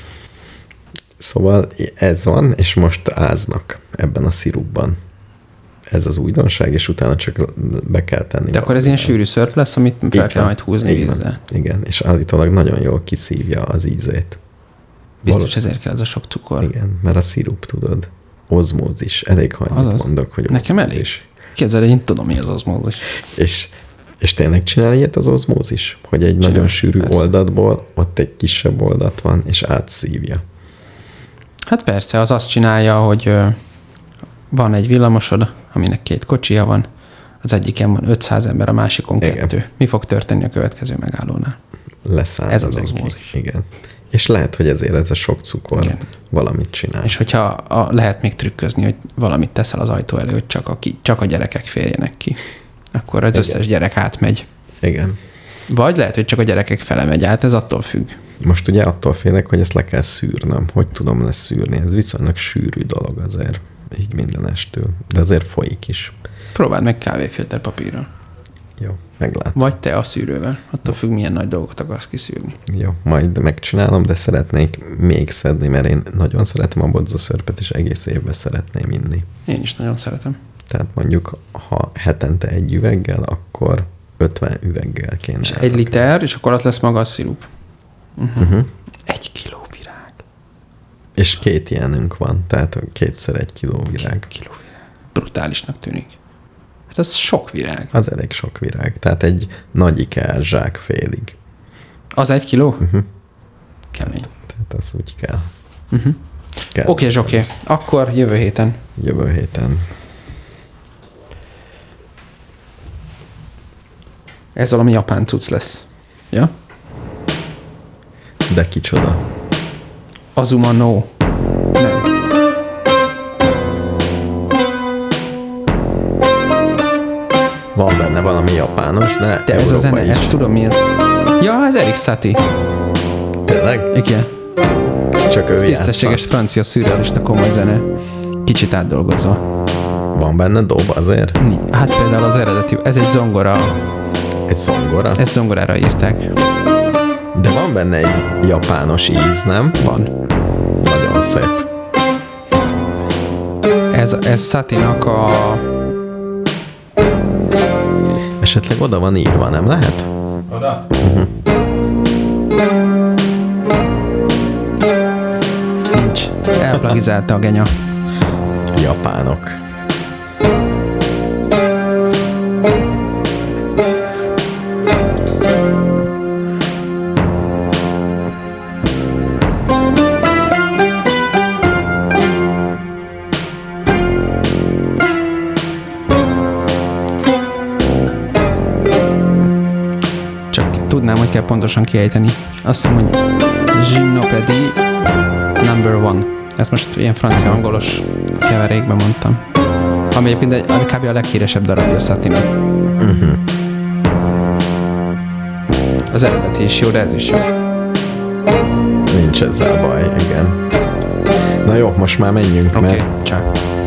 Szóval ez van, és most áznak ebben a szirupban. Ez az újdonság, és utána csak be kell tenni. De akkor ez ilyen sűrű szörp lesz, amit fel kell majd húzni vízzel. Igen, és állítólag nagyon jól kiszívja az ízét. Biztos ezért kell ez a sok cukor. Igen, mert a szirup, tudod, ozmózis. Elég ha annyit mondok, hogy nekem elég. Képzeld, én tudom, mi az ozmózis. És tényleg csinál ilyet az ozmózis? Hogy egy nagyon sűrű oldatból ott egy kisebb oldat van, és átszívja. Hát persze, az azt csinálja, hogy van egy villamosod, aminek 2 kocsija van, az egyiken van 500 ember, a másikon 2. Mi fog történni a következő megállónál? Leszáll ez az ozmózis. Igen. És lehet, hogy ezért ez a sok cukor valamit csinál. És hogyha lehet még trükközni, hogy valamit teszel az ajtó elő, hogy csak a gyerekek férjenek ki, akkor az összes gyerek átmegy. Igen. Vagy lehet, hogy csak a gyerekek fele megy át, ez attól függ. Most ugye attól félek, hogy ezt le kell szűrnöm. Hogy tudom leszűrni? Ez viszonylag sűrű dolog azért, így mindenestől. De azért folyik is. Próbáld meg kávéfilter papírral. Jó, meglátom. Vagy te a szűrővel. Attól függ, milyen nagy dolgokat akarsz kiszűrni. Jó, majd megcsinálom, de szeretnék még szedni, mert én nagyon szeretem a bodzaszörpet, és egész évben szeretném inni. Én is nagyon szeretem. Tehát mondjuk, ha hetente 1 üveggel, akkor 50 üveggel kéne. És 1 liter, és akkor az lesz maga a szirup. 1 kiló virág. És 2 ilyenünk van, tehát 2x1 kiló virág. 2 kiló virág. Brutálisnak tűnik. Hát az sok virág. Az elég sok virág. Tehát egy nagy IKEA zsák félig. Az 1 kiló? Kemény. Tehát az úgy kell. Oké. Akkor jövő héten. Jövő héten. Ez valami japán cucc lesz. Ja? De kicsoda? Azuma no. Nem. Van benne valami japános, de ez a zene, is. ezt tudom mi ez. Ja, ez Erik Satie. Tényleg? Igen. Csak ő tisztességes francia szürrealista komoly zene. Kicsit átdolgozva. Van benne dob azért? Hát például az eredeti, ez egy zongora. Egy zongora? Ezt zongorára írták. De van benne egy japános íz, nem? Van. Nagyon szép. Ez Satie-nak a... Esetleg oda van írva, nem lehet? Oda? Nincs. Elplagizálta a genya. Japánok. Tudnám, hogy kell pontosan kiejteni. Azt mondom, hogy Gymnopédie No. 1. Ezt most ilyen francia-angolos keverékben mondtam. Ami egyébként kb. A leghíresebb darabja Satie-nak. Az eredeti is jó, de ez is jó. Nincs ezzel baj, igen. Na jó, most már menjünk, mert... Oké, csá.